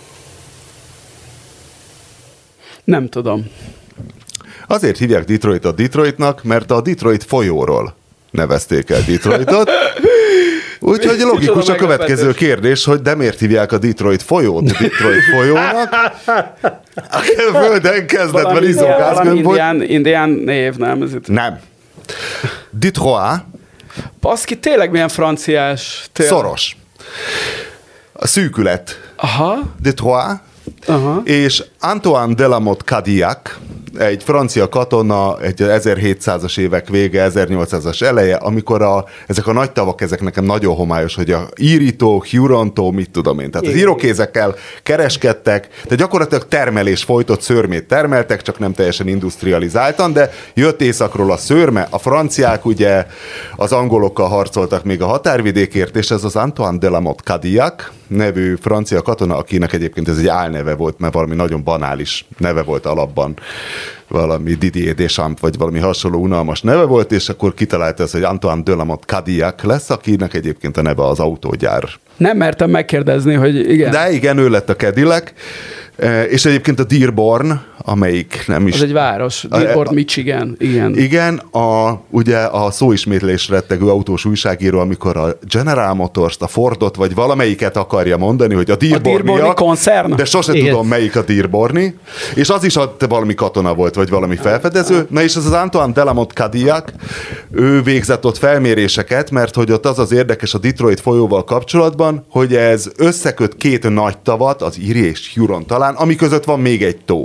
Nem tudom. Azért hívják Detroitot Detroitnak, mert a Detroit folyóról nevezték el Detroitot. Úgyhogy logikus a következő kérdés, hogy de miért hívják a Detroit folyót Detroit folyónak? A földön kezdetben izzógázgömb volt. Indián név, nem? Nem. Detroit. Baszki, tényleg milyen franciás. Szoros. A szűkület. Aha. Detroit. Aha. És Antoine Delamotte Cadillac, egy francia katona, egy 1700-as évek vége, 1800-as eleje, amikor ezek a nagy tavak, ezek nekem nagyon homályos, hogy a írító, hurontó, mit tudom én. Tehát az írókézekkel kereskedtek, de gyakorlatilag termelés folytott, szőrmét termeltek, csak nem teljesen industrializáltan, de jött északról a szőrme, a franciák ugye az angolokkal harcoltak még a határvidékért, és ez az Antoine Delamotte Cadillac nevű francia katona, akinek egyébként ez egy álneve volt, mert valami nagyon banális neve volt alapban, valami Didier Deschamps, vagy valami hasonló unalmas neve volt, és akkor kitalálta ezt, hogy Antoine Delamotte Cadillac lesz, akinek egyébként a neve az autógyár. Nem mertem megkérdezni, hogy igen. De igen, ő lett a Cadillac, és egyébként a Dearborn, amelyik nem is... Az egy város, Dearborn, Michigan, igen. Igen, ugye a szóismétlés rettegő autós újságíró, amikor a General Motors-t, a Fordot, vagy valamelyiket akarja mondani, hogy a Dearborni koncern. De sose tudom, melyik a Dearborni, és az is valami katona volt, vagy valami felfedező. Na és ez az Antoine Delamotte Cadillac, ő végzett ott felméréseket, mert hogy ott az érdekes a Detroit folyóval kapcsolatban, hogy ez összeköt két nagy tavat, az Erie és Huron talán, ami között van még egy tó.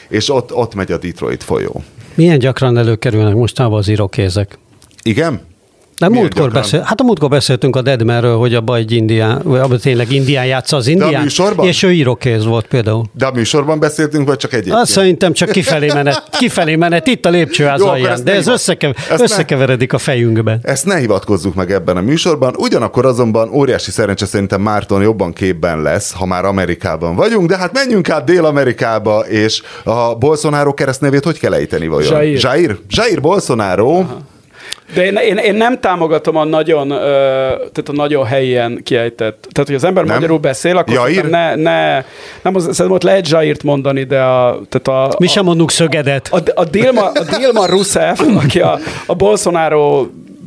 és ott megy a Detroit folyó. Milyen gyakran előkerülnek mostanában az irokézek? Igen? A múltkor beszéltünk a Deadmanről, hogy abban egy indián, vagy abban tényleg indián játsza az indián, és ő irokéz volt például. De a műsorban beszéltünk, vagy csak egyébként? Szerintem csak kifelé menet itt a lépcsőház alján, de ez összekeveredik a fejünkben. Ezt ne hivatkozzuk meg ebben a műsorban, ugyanakkor azonban óriási szerencse szerintem Márton jobban képben lesz, ha már Amerikában vagyunk, de hát menjünk át Dél-Amerikába, és a Bolsonaro keresztnevét hogy kell ejteni vajon? Jair Bolsonaro. Aha. De én nem támogatom a nagyon, tehát a nagyon helyen kiejtett. Tehát, hogy az ember magyarul beszél, akkor szerintem ott lehet Jairt mondani, de mi sem mondunk szögedet. A Dilma Rousseff, aki a Bolsonaro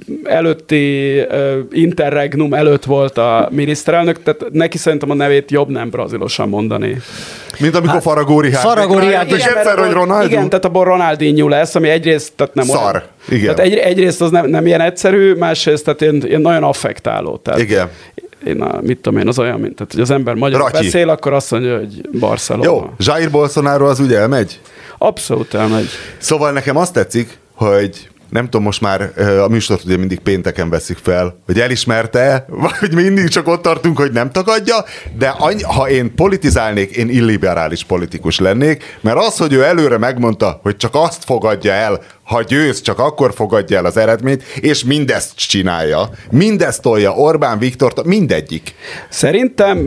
előtti interregnum előtt volt a miniszterelnök, tehát neki szerintem a nevét jobb nem brazilosan mondani. Mint amikor Faragó Rihárd. És egyszer, hogy Ronaldo. Igen, tehát abból Ronaldinho lesz, ami egyrészt tehát nem szar. Olyan, igen. Tehát egyrészt az nem ilyen egyszerű, másrészt tehát én nagyon affektáló. Tehát igen. Mit tudom én, az olyan, mint tehát, hogy az ember magyarul beszél, akkor azt mondja, hogy Barcelona. Jó, Jair Bolsonaro az ugye elmegy? Abszolút elmegy. Szóval nekem azt tetszik, hogy nem tudom, most már a műsort ugye mindig pénteken veszik fel, hogy elismerte, vagy mindig csak ott tartunk, hogy nem tagadja, de ha én politizálnék, én illiberális politikus lennék, mert az, hogy ő előre megmondta, hogy csak azt fogadja el, ha győz, csak akkor fogadja el az eredményt, és mindezt csinálja, mindezt tolja Orbán Viktort, mindegyik. Szerintem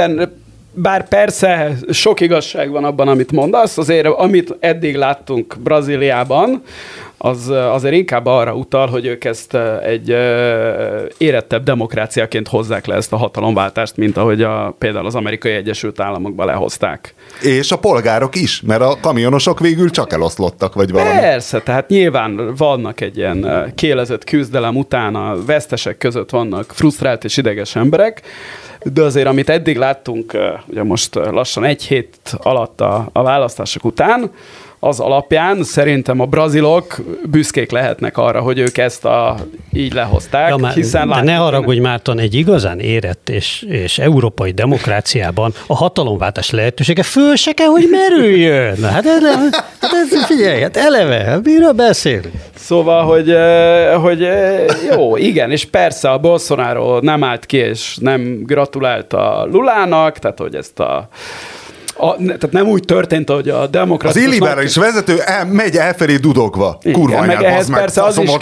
bár persze sok igazság van abban, amit mondasz, azért amit eddig láttunk Brazíliában, az azért inkább arra utal, hogy ők ezt egy érettebb demokráciaként hozzák le ezt a hatalomváltást, mint ahogy például az Amerikai Egyesült Államokban lehozták. És a polgárok is, mert a kamionosok végül csak eloszlottak, vagy valami. Persze, tehát nyilván vannak egy ilyen kiélezett küzdelem után, a vesztesek között vannak frusztrált és ideges emberek, de azért, amit eddig láttunk, ugye most lassan egy hét alatt a választások után, az alapján szerintem a brazilok büszkék lehetnek arra, hogy ők ezt így lehozták. Ja, hiszen de ne haragudj, Márton, egy igazán érett és európai demokráciában a hatalomváltás lehetősége föl se kell, hogy merüljön. Figyelj, eleve, miről beszélünk? Szóval, hogy jó, igen, és persze a Bolsonaro nem állt ki, és nem gratulált a Lulának, tehát hogy ezt tehát nem úgy történt, hogy a demokratikus... Az illiberális vezető megy elfelé dudogva. Kurva anyád, ehhez persze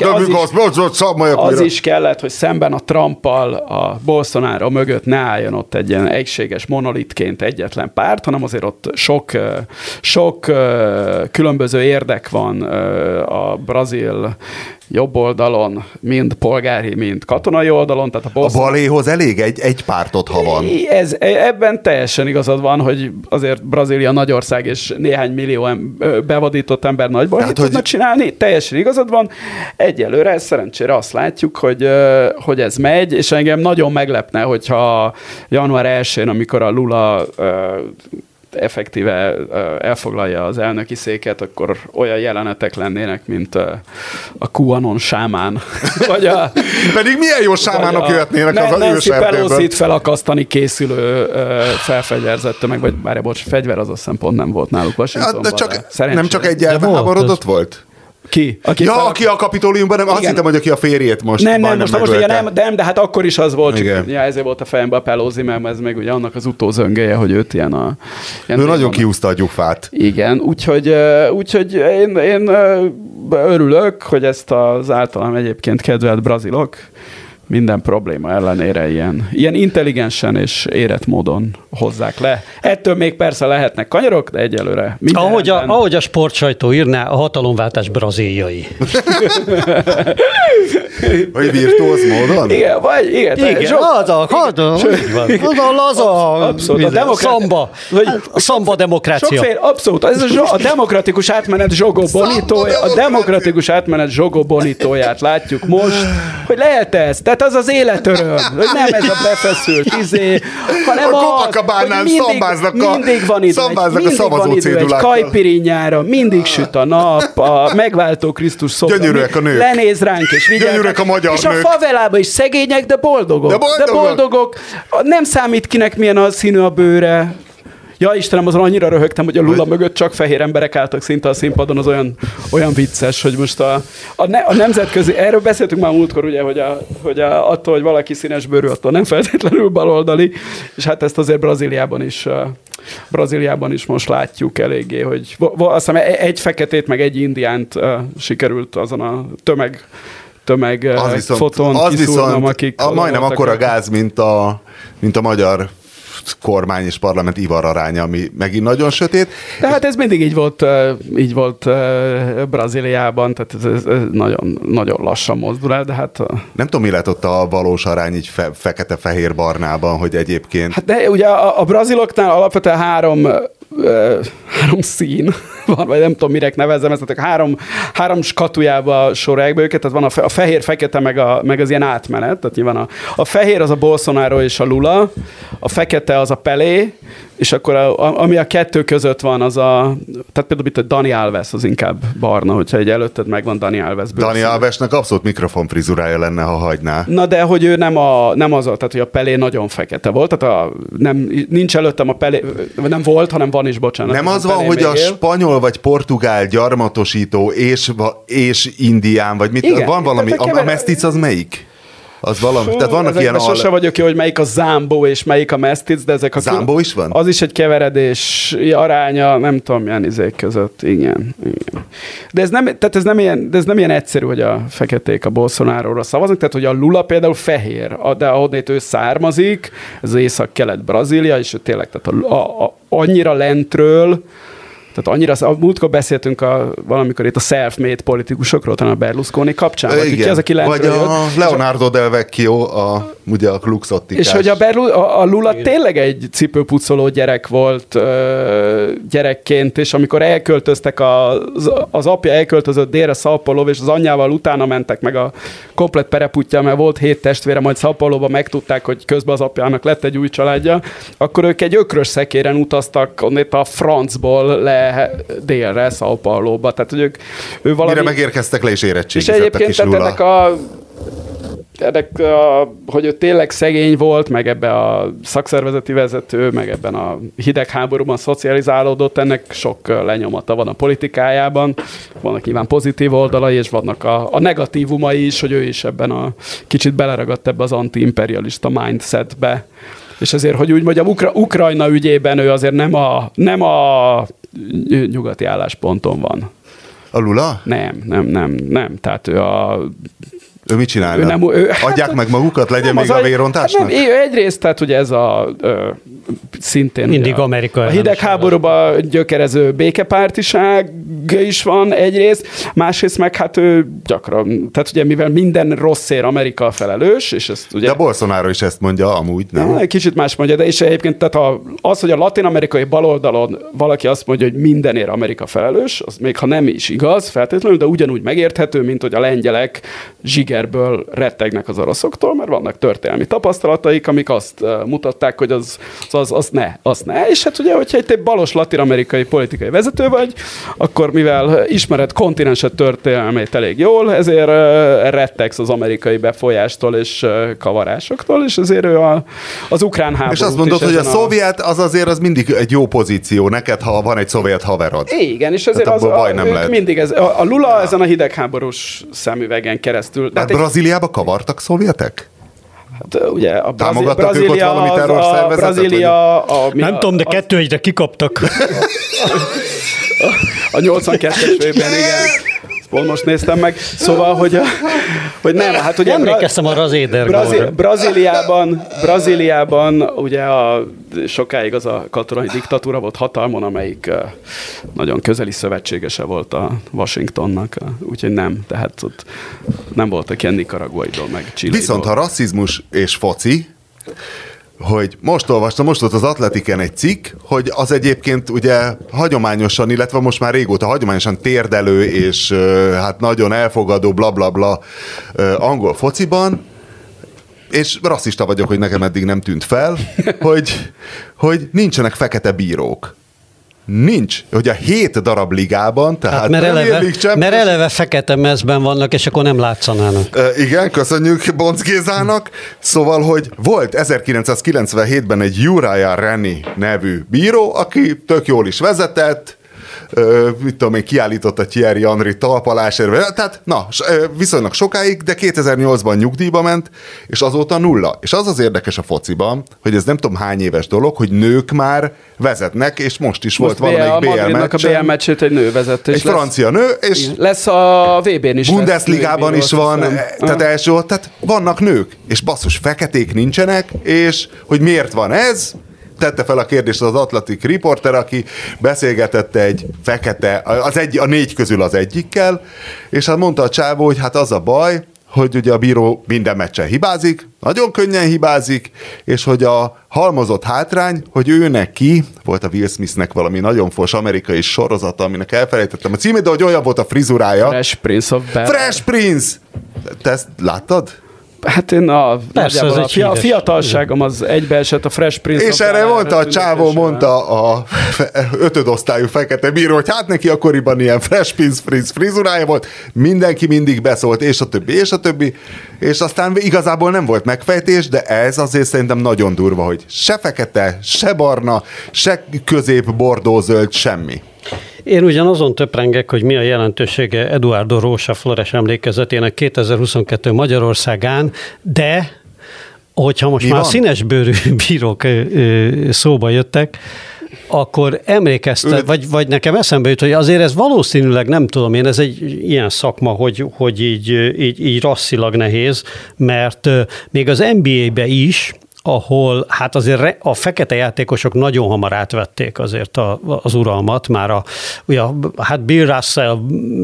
az is kellett, hogy szemben a Trumpal a Bolsonaro mögött ne álljon ott egy ilyen egységes monolitként egyetlen párt, hanem azért ott sok különböző érdek van a brazil jobb oldalon, mind polgári, mind katonai oldalon. Tehát a baléhoz elég egy pártot, ha van. Ebben teljesen igazad van, hogy azért Brazília nagy ország, és néhány millió bevadított ember nagy bajt tudnak csinálni. Teljesen igazad van. Egyelőre szerencsére azt látjuk, hogy ez megy, és engem nagyon meglepne, hogyha január 1-én, amikor a Lula effektíve elfoglalja az elnöki széket, akkor olyan jelenetek lennének, mint a QAnon sámán. Pedig milyen jó sámánok jöhetnének az Nancy őserdőből. Pelosit felakasztani készülő felfegyverzett tömeg, vagy fegyver az azt hiszem pont nem volt náluk Washingtonban. Nem csak egy elháborodott volt? Ki? Aki a Kapitóliumban, nem? Azt hittem, hogy aki a férjét most de hát akkor is az volt, csak ezért volt a fejemben a Pelosi, mert ez meg ugye annak az utózöngéje, hogy őt ilyen ő nagyon kiúzta a gyufát. Igen, úgyhogy én örülök, hogy ezt az általam egyébként kedvelt brazilok minden probléma ellenére ilyen intelligensen és érett módon hozzák le. Ettől még persze lehetnek kanyarok, de egyelőre ahogy a sportsajtó írná, a hatalomváltás brazíliai. Vagy virtuóz módon? Igen, az a laza, abszolút, a szamba demokrácia. Sokféle, abszolút, ez a demokratikus átmenet Jogo Bonitóját látjuk most, hogy lehet ez, tehát az az életöröm, hogy nem ez a befeszült hanem Copacabánán mindig van idő egy kajpirinyára, mindig süt a nap, a megváltó Krisztus szobra. Gyönyörűek a nők. Lenéz ránk és vigyáznak. A magyar és nők. A favelában is szegények, de boldogok. Nem számít kinek milyen a színű a bőre. Ja Istenem, azon annyira röhögtem, hogy a Lula mögött csak fehér emberek álltak szinte a színpadon, az olyan vicces, hogy most a nemzetközi, erről beszéltünk már múltkor, ugye, hogy attól, hogy valaki színes bőrű, attól nem feltétlenül baloldali, és hát ezt azért Brazíliában is most látjuk eléggé, hogy azt hiszem egy feketét, meg egy indiánt sikerült azon a tömeg fotón kiszúrnom, akik... Majdnem akkora gáz, mint a magyar kormány és parlament ivararánya, ami megint nagyon sötét. De hát ez mindig így volt Brazíliában, tehát ez nagyon, nagyon lassan mozdul el, de hát... Nem tudom, mi lett ott a valós arány így fekete-fehér-barnában, hogy egyébként... Hát de ugye a braziloknál alapvetően három szín van, vagy nem tudom, mire nevezzem ezt, tehát három skatujába sorolják be őket, tehát van a fehér, fekete, meg az ilyen átmenet, tehát nyilván a fehér az a Bolsonaro és a Lula, a fekete az a Pelé, és akkor ami a kettő között van, az tehát például itt a Dani Alves az inkább barna, hogyha egy előtted megvan Dani Alves. Dani Alvesnek abszolút mikrofonfrizurája lenne, ha hagyná. Na de hogy ő nem az, tehát hogy a Pelé nagyon fekete volt, tehát nincs előttem a Pelé, nem volt, hanem van is, bocsánat. Nem az van, hogy a spanyol vagy portugál gyarmatosító és indián, vagy mit, igen, van valami, a mesztic az melyik? Az valami, tehát vannak ilyen... Sose vagyok jó, hogy melyik a Zámbó és melyik a mesztic, de ezek a... Zámbó is van? Az is egy keveredés aránya, nem tudom, milyen izék között. Igen. De ez nem ilyen egyszerű, hogy a feketék a Bolsonaróra szavaznak, tehát hogy a Lula például fehér, de ahonnét ő származik, ez észak-kelet Brazília, és tényleg tehát annyira lentről, tehát annyira, múltkor beszéltünk valamikor itt a self-made politikusokról, talán a Berlusconi kapcsán. Igen, vagy a Leonardo Del Vecchio, ugye a Luxottikás. És hogy a Lula tényleg egy cipőpucoló gyerek volt gyerekként, és amikor elköltöztek, az apja elköltözött délre São Paulo, és az anyjával utána mentek meg a komplett pereputja, mert volt 7 testvére, majd São Pauloba megtudták, hogy közben az apjának lett egy új családja, akkor ők egy ökrös szekéren utaztak onnét a francból le délre, São Pauloba. Tehát, hogy ő valami... Mire megérkeztek le és érettségizettek is Lula. Hogy ő tényleg szegény volt, meg ebben a szakszervezeti vezető, meg ebben a hidegháborúban szocializálódott, ennek sok lenyomata van a politikájában. Vannak nyilván pozitív oldalai, és vannak a negatívumai is, hogy ő is ebben kicsit beleragadt ebbe az anti-imperialista mindsetbe. És ezért, hogy úgy mondjam, Ukrajna ügyében ő azért nem a nyugati állásponton van. A Lula? Nem. Tehát ő mit csinálna? Adják meg magukat, legyen még a vérontásnak? Nem, egyrészt, tehát ugye ez szintén mindig Amerika a hidegháborúban gyökerező békepártiság is van egyrészt, másrészt meg hát ő gyakran, tehát ugye mivel minden rosszért Amerika felelős, és ezt ugye... De Bolsonaro is ezt mondja amúgy, nem? Kicsit más mondja, de és egyébként tehát az, hogy a latin-amerikai baloldalon valaki azt mondja, hogy mindenért Amerika felelős, az még ha nem is igaz feltétlenül, de ugyanúgy megérthető, mint hogy a lengyelek zsigerből rettegnek az oroszoktól, mert vannak történelmi tapasztalataik, amik azt mutatták, hogy az ne. És hát ugye, hogyha egy balos latin-amerikai politikai vezető vagy, akkor mivel ismered kontinenset történelmét elég jól, ezért rettegsz az amerikai befolyástól és kavarásoktól, és ezért ő az ukrán háborút. És azt mondod, hogy a szovjet az mindig egy jó pozíció neked, ha van egy szovjet haverod. Igen, és ezért baj nem lehet. Mindig a Lula ezen a hidegháborús szemüvegen keresztül. Hát Brazíliába kavartak szovjetek? Hát ugye a támogattak ők ott valami terrorszervezetet? Nem tudom, de 2-1-re kikaptak. A 82-es évben, igen. Pont most néztem meg. Szóval, hogy nem, hát ugye... Emlékeztem arra az édergóra. Brazíliában ugye sokáig az a katonai diktatúra volt hatalmon, amelyik nagyon közeli szövetségese volt a Washingtonnak, úgyhogy nem, tehát ott nem voltak ilyen Nicaraguaidól, meg Chileidól. Viszont ha rasszizmus és foci, hogy most volt az Atletiken egy cikk, hogy az egyébként ugye hagyományosan, illetve most már régóta hagyományosan térdelő és hát nagyon elfogadó blablabla angol fociban, és rasszista vagyok, hogy nekem eddig nem tűnt fel, hogy nincsenek fekete bírók. nincs, hogy a 7 darab ligában, tehát mert eleve fekete mezben vannak, és akkor nem látszanának. Igen, köszönjük Bonc Gézának. Szóval, hogy volt 1997-ben egy Uriah Rennie nevű bíró, aki tök jól is vezetett, mit tudom én, kiállította Thierry Henry talpalásért, tehát viszonylag sokáig, de 2008-ban nyugdíjba ment, és azóta nulla. És az érdekes a fociban, hogy ez nem tudom hány éves dolog, hogy nők már vezetnek, és most is volt valamelyik BL meccsen. A BL meccsét egy nő vezet. Egy francia nő, és lesz a VB-n is. Bundesligában is van, tehát tehát vannak nők, és basszus, feketék nincsenek, és hogy miért van ez? Tette fel a kérdést az Atlantic riporter, aki beszélgetett egy fekete, a 4 közül az egyikkel, és hát mondta a csávó, hogy hát az a baj, hogy ugye a bíró minden meccsen hibázik, nagyon könnyen hibázik, és hogy a halmozott hátrány, hogy ő neki, volt a Will Smithnek valami nagyon fos amerikai sorozata, aminek elfelejtettem a címét, de hogy olyan volt a frizurája. Fresh Prince of Bel-Air. Fresh Prince! Te ezt láttad? Hát én a fiatalságom az egybeesett a Fresh Prince. És erre mondta a csávó, mondta a 5. osztályú fekete bíró, hogy hát neki akkoriban ilyen Fresh Prince frizurája volt, mindenki mindig beszólt, és a többi, és aztán igazából nem volt megfejtés, de ez azért szerintem nagyon durva, hogy se fekete, se barna, se közép bordózöld, semmi. Én ugyanazon töprengek, hogy mi a jelentősége Eduardo Rocha Flores emlékezetének 2022 Magyarországán, de hogyha most már színesbőrű bírók szóba jöttek, akkor emlékeztet, vagy nekem eszembe jut, hogy azért ez valószínűleg, nem tudom én, ez egy ilyen szakma, hogy így rasszilag nehéz, mert még az NBA-be is, ahol hát azért a fekete játékosok nagyon hamar átvették azért az uralmat, már hát Bill Russell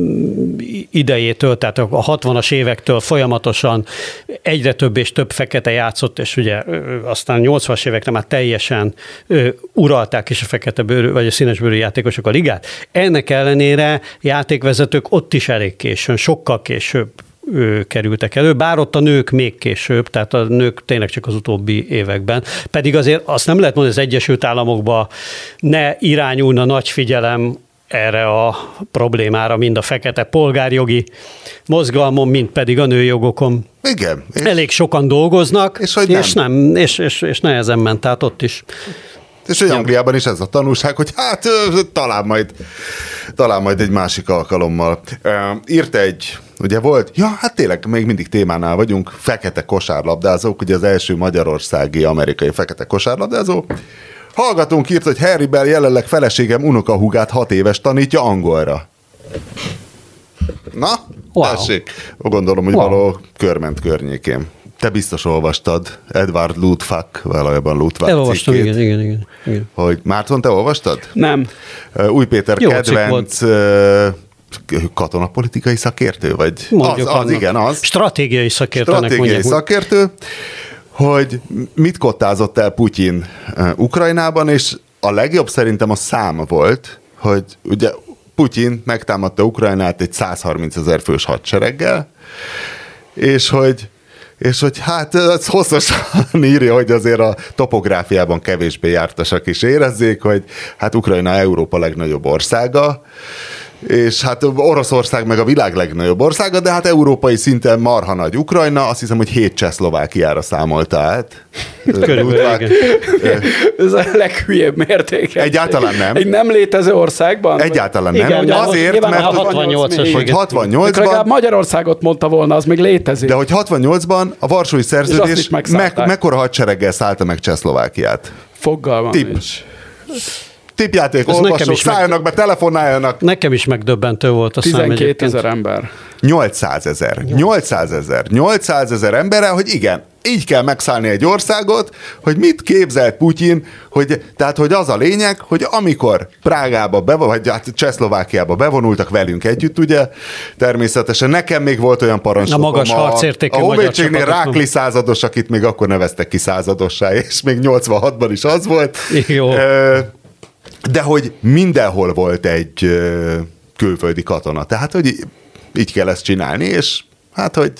idejétől, tehát a 60-as évektől folyamatosan egyre több és több fekete játszott, és ugye aztán 80-as évekre már teljesen uralták is a fekete bőrű, vagy a színes bőrű játékosok a ligát. Ennek ellenére játékvezetők ott is elég későn, sokkal később kerültek elő, bár ott a nők még később, tehát a nők tényleg csak az utóbbi években. Pedig azért azt nem lehet mondani, az Egyesült Államokban ne irányulna nagy figyelem erre a problémára, mind a fekete polgárjogi mozgalmon, mind pedig a nőjogokon. Igen. Elég sokan dolgoznak, és nehezen ment át ott is. És hogy Angliában is ez a tanulság, hogy hát talán majd egy másik alkalommal. Írt ugye volt, hát tényleg még mindig témánál vagyunk, fekete kosárlabdázók, ugye az első magyarországi amerikai fekete kosárlabdázó. Hallgatónk írt, hogy Harry Bell jelenleg feleségem unokahúgát 6 éves tanítja angolra. Na, tessék. Gondolom, hogy való körment környékén. Te biztos olvastad Edward Luttwak, valójában Luttwak elolvastam, igen. Hogy Márton, te olvastad? Nem. Új Péter jó kedvenc katonapolitikai szakértő? Vagy az. Stratégiai szakértő, hogy mit kottázott el Putyin Ukrajnában, és a legjobb szerintem a szám volt, hogy ugye Putyin megtámadta Ukrajnát egy 130 000 fős hadsereggel, és hogy hát ez hosszasan írja, hogy azért a topográfiában kevésbé jártasak is érezzék, hogy hát Ukrajna Európa legnagyobb országa, és hát Oroszország meg a világ legnagyobb országa, de hát európai szinten marha nagy Ukrajna, azt hiszem, hogy 7 Csehszlovákiára számolta át. Ez a leghülyebb mértéke. Egyáltalán nem. Egy nem létező országban? Egyáltalán nem. Igen, azért, mert 68-as. Legalább Magyarországot mondta volna, az még létezik. De hogy 68-ban a Varsói Szerződés mekkora hadsereggel szállta meg Csehszlovákiát? Fogalmam nincs. Tippjáték, olvasók, szálljanak be, telefonáljanak. Nekem is megdöbbentő volt a szám egyébként. 12 000 ember. 800 000 emberrel, hogy igen, így kell megszállni egy országot, hogy mit képzelt Putyin, tehát hogy az a lényeg, hogy amikor Prágába, vagy hát Csehszlovákiába bevonultak velünk együtt, ugye, természetesen nekem még volt olyan parancsnokom. A magas harcértékű a honvédségnél Rákli százados, akit még akkor neveztek ki századossá, és még 86-ban is az volt. Jó. De hogy mindenhol volt egy külföldi katona. Tehát, hogy így kell ezt csinálni, és hát, hogy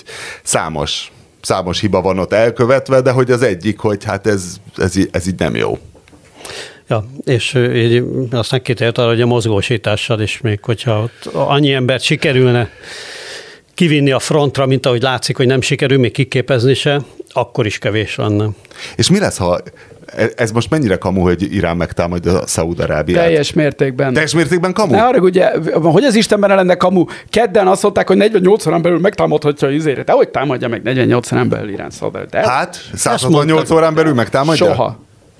számos hiba van ott elkövetve, de hogy az egyik, hogy hát ez így nem jó. Ja, és így aztán kitért arra, hogy a mozgósítással is még, hogyha ott annyi embert sikerülne kivinni a frontra, mint ahogy látszik, hogy nem sikerül még kiképezni se, akkor is kevés lenne. És mi lesz, ha ez most mennyire kamu, hogy Irán megtámadja a Szaúd-Arábiát? Teljes mértékben. Teljes mértékben kamu? Ne arra, ugye, hogy az Istenben lenne kamu? Kedden azt mondták, hogy 48 órán belül megtámadhatja Izraelt. De hogy támadja meg 48 órán belül Irán Szaúd-Arábiát? Hát, 168 órán belül megtámadja?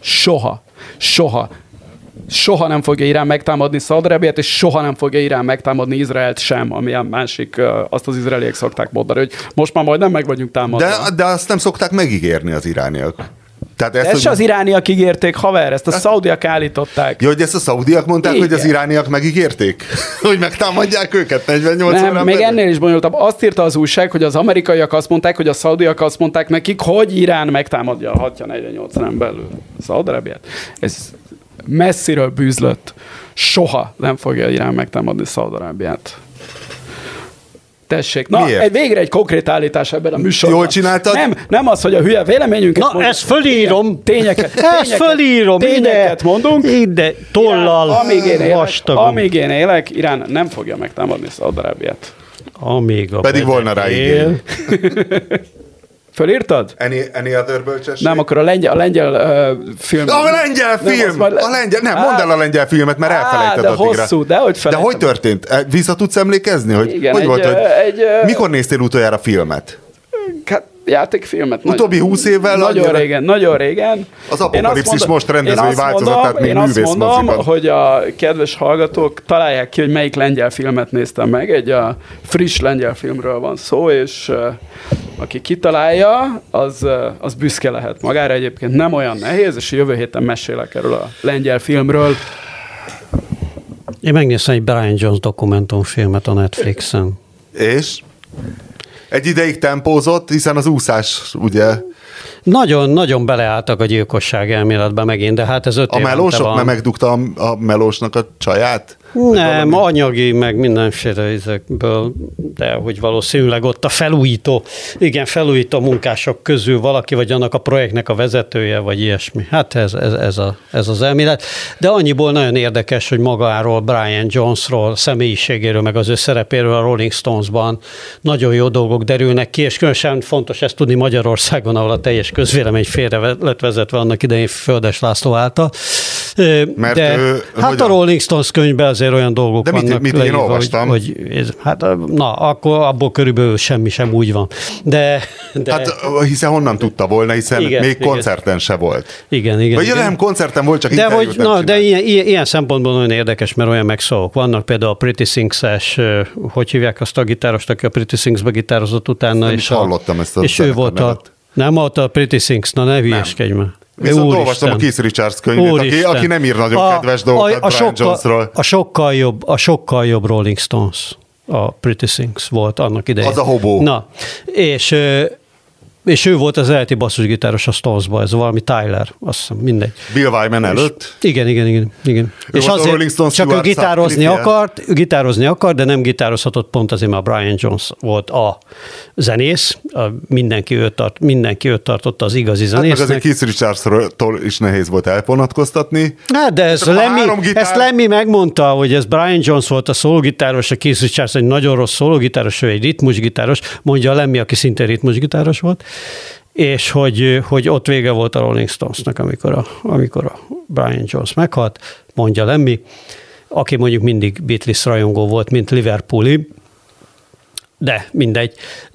Soha nem fogja Irán megtámadni Szaúd-Arábiát, és soha nem fogja Irán megtámadni Izraelt sem, ami a másik, azt az izraeliek szokták mondani, hogy most már majdnem meg vagyunk támadva. De azt nem szokták megígérni az irániak. Tehát ezt se az irániak ígérték, haver, ezt a szaudiak állították. Ja, hogy ezt a szaudiak mondták, igen, hogy az irániak megígérték? Hogy megtámadják őket 48 órán belül? Még ennél is bonyolultabb. Azt írta az újság, hogy az amerikaiak azt mondták, hogy a szaudiak azt mondták nekik, hogy Irán megtámadja 48 órán belül Szaúd-Arábiát. Ez messziről bűzlött. Soha nem fogja Irán megtámadni Szaúd-Arábiát. Tessék. Na, végre egy konkrét állítás ebben a műsorban. Jól csináltad? Nem az, hogy a hülye véleményünket mondjuk. Ezt fölírom. Tényeket mondunk. Ide, tollal. Amíg én élek, Irán nem fogja megtámadni Szaúd-Arábiát. Pedig volna rá igény. Fölírtad? Any other bölcsesség? Nem, akkor a lengyel film. A lengyel film! Nem, mondd el a lengyel filmet, mert elfelejted addigra. Hosszú, de hogy felejtem. De hogy történt? Vissza tudsz emlékezni? Hogy, igen, hogy volt, hogy mikor néztél utoljára filmet? Hát, játékfilmet. Utóbbi 20 évvel? Nagyon régen. Az Apokalipszis most rendezői változatát még művész moziban. Én azt mondom, hogy a kedves hallgatók találják ki, hogy melyik lengyel filmet néztem meg. Egy friss lengyel filmről van szó, és aki kitalálja, az büszke lehet magára. Egyébként nem olyan nehéz, és jövő héten mesélek erről a lengyel filmről. Én megnéztem egy Brian Jones dokumentumfilmet a Netflixen. És? Egy ideig tempózott, hiszen az úszás, ugye? Nagyon beleálltak a gyilkosság elméletbe megint, de hát ez 5 évente van. A melósok, mert megdugta a melósnak a csaját? Nem, anyagi, meg mindenféle ezekből, de hogy valószínűleg ott a felújító munkások közül valaki, vagy annak a projektnek a vezetője, vagy ilyesmi. Hát ez az elmélet. De annyiból nagyon érdekes, hogy magáról, Brian Jonesról, személyiségéről, meg az ő szerepéről a Rolling Stones-ban nagyon jó dolgok derülnek ki, és különösen fontos ezt tudni Magyarországon, ahol a teljes közvélemény félre lett vezetve annak idején Földes László által. Mert hát a Rolling Stones könyvben azért olyan dolgok de vannak. Mit én olvastam? Akkor abból körülbelül semmi sem úgy van. De... Hát hiszen honnan tudta volna, hiszen igen, még koncerten se volt. Igen. Vagy nem koncerten volt, csak interjút nem csinált. De ilyen szempontból nagyon érdekes, mert olyan megszólók vannak, például a Pretty Things-es, hogy hívják azt a gitárost, aki a Pretty Things-be gitározott utána. És hallottam ezt a és ő volt nem volt a Pretty Things, na ne hülyeskedj már. Viszont olvastam a Keith Richards könyvét, aki nem ír nagyon kedves dolgokat Brian Jonesról. A sokkal jobb Rolling Stones, a Pretty Things volt annak idején. Az a hobó. Na, és ő volt az eredeti basszusgitáros a Stonesban, ez valami Tyler, azt hiszem, mindegy. Bill Wyman előtt? Igen. És azért csak ő gitározni akart, de nem gitározhatott pont azért, mert Brian Jones volt a zenész, mindenki őt tartotta az igazi zenésznek. Hát meg azért Keith Richardstól is nehéz volt elvonatkoztatni. Hát de ezt Lemmy megmondta, hogy ez Brian Jones volt a szólógitáros, a Keith Richards egy nagyon rossz szólógitáros, ő egy ritmusgitáros, mondja a Lemmy, aki szintén ritmusgitáros volt, és hogy ott vége volt a Rolling Stonesnak, amikor a Brian Jones meghalt, mondja Lemmy, aki mondjuk mindig Beatles rajongó volt, mint Liverpooli, de mindegy.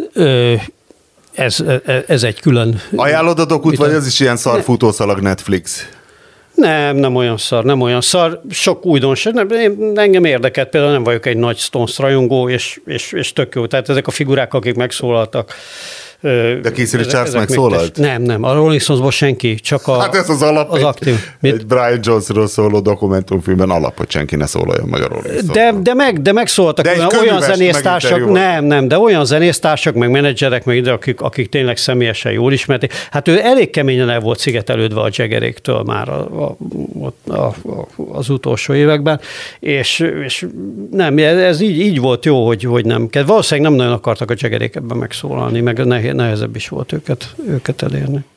Ez egy külön... Ajánlod a dokut, vagy ez is ilyen szarfutószalag Netflix? Nem olyan szar. Sok újdonság. Engem érdekelt, például nem vagyok egy nagy Stones rajongó, és tök jó. Tehát ezek a figurák, akik megszólaltak. De Keith Richards megszólalt? Nem. A Rolling Stonesból senki, csak hát ez az alap. Az aktív. Egy Brian Jonesról szóló dokumentumfilmben alap, hogy senki ne szólaljon meg a Rolling Stonesról. De megszóltak olyan zenésztársak, de olyan zenésztársak, meg menedzserek, meg ide, akik tényleg személyesen jól ismerték. Hát ő elég keményen el volt szigetelődve a Jaggeréktől már az utolsó években, és nem, ez így volt jó, hogy nem. Valószínűleg nem nagyon akartak a Jaggerék ebben megszólalni, meg nehezebb is volt őket elérni.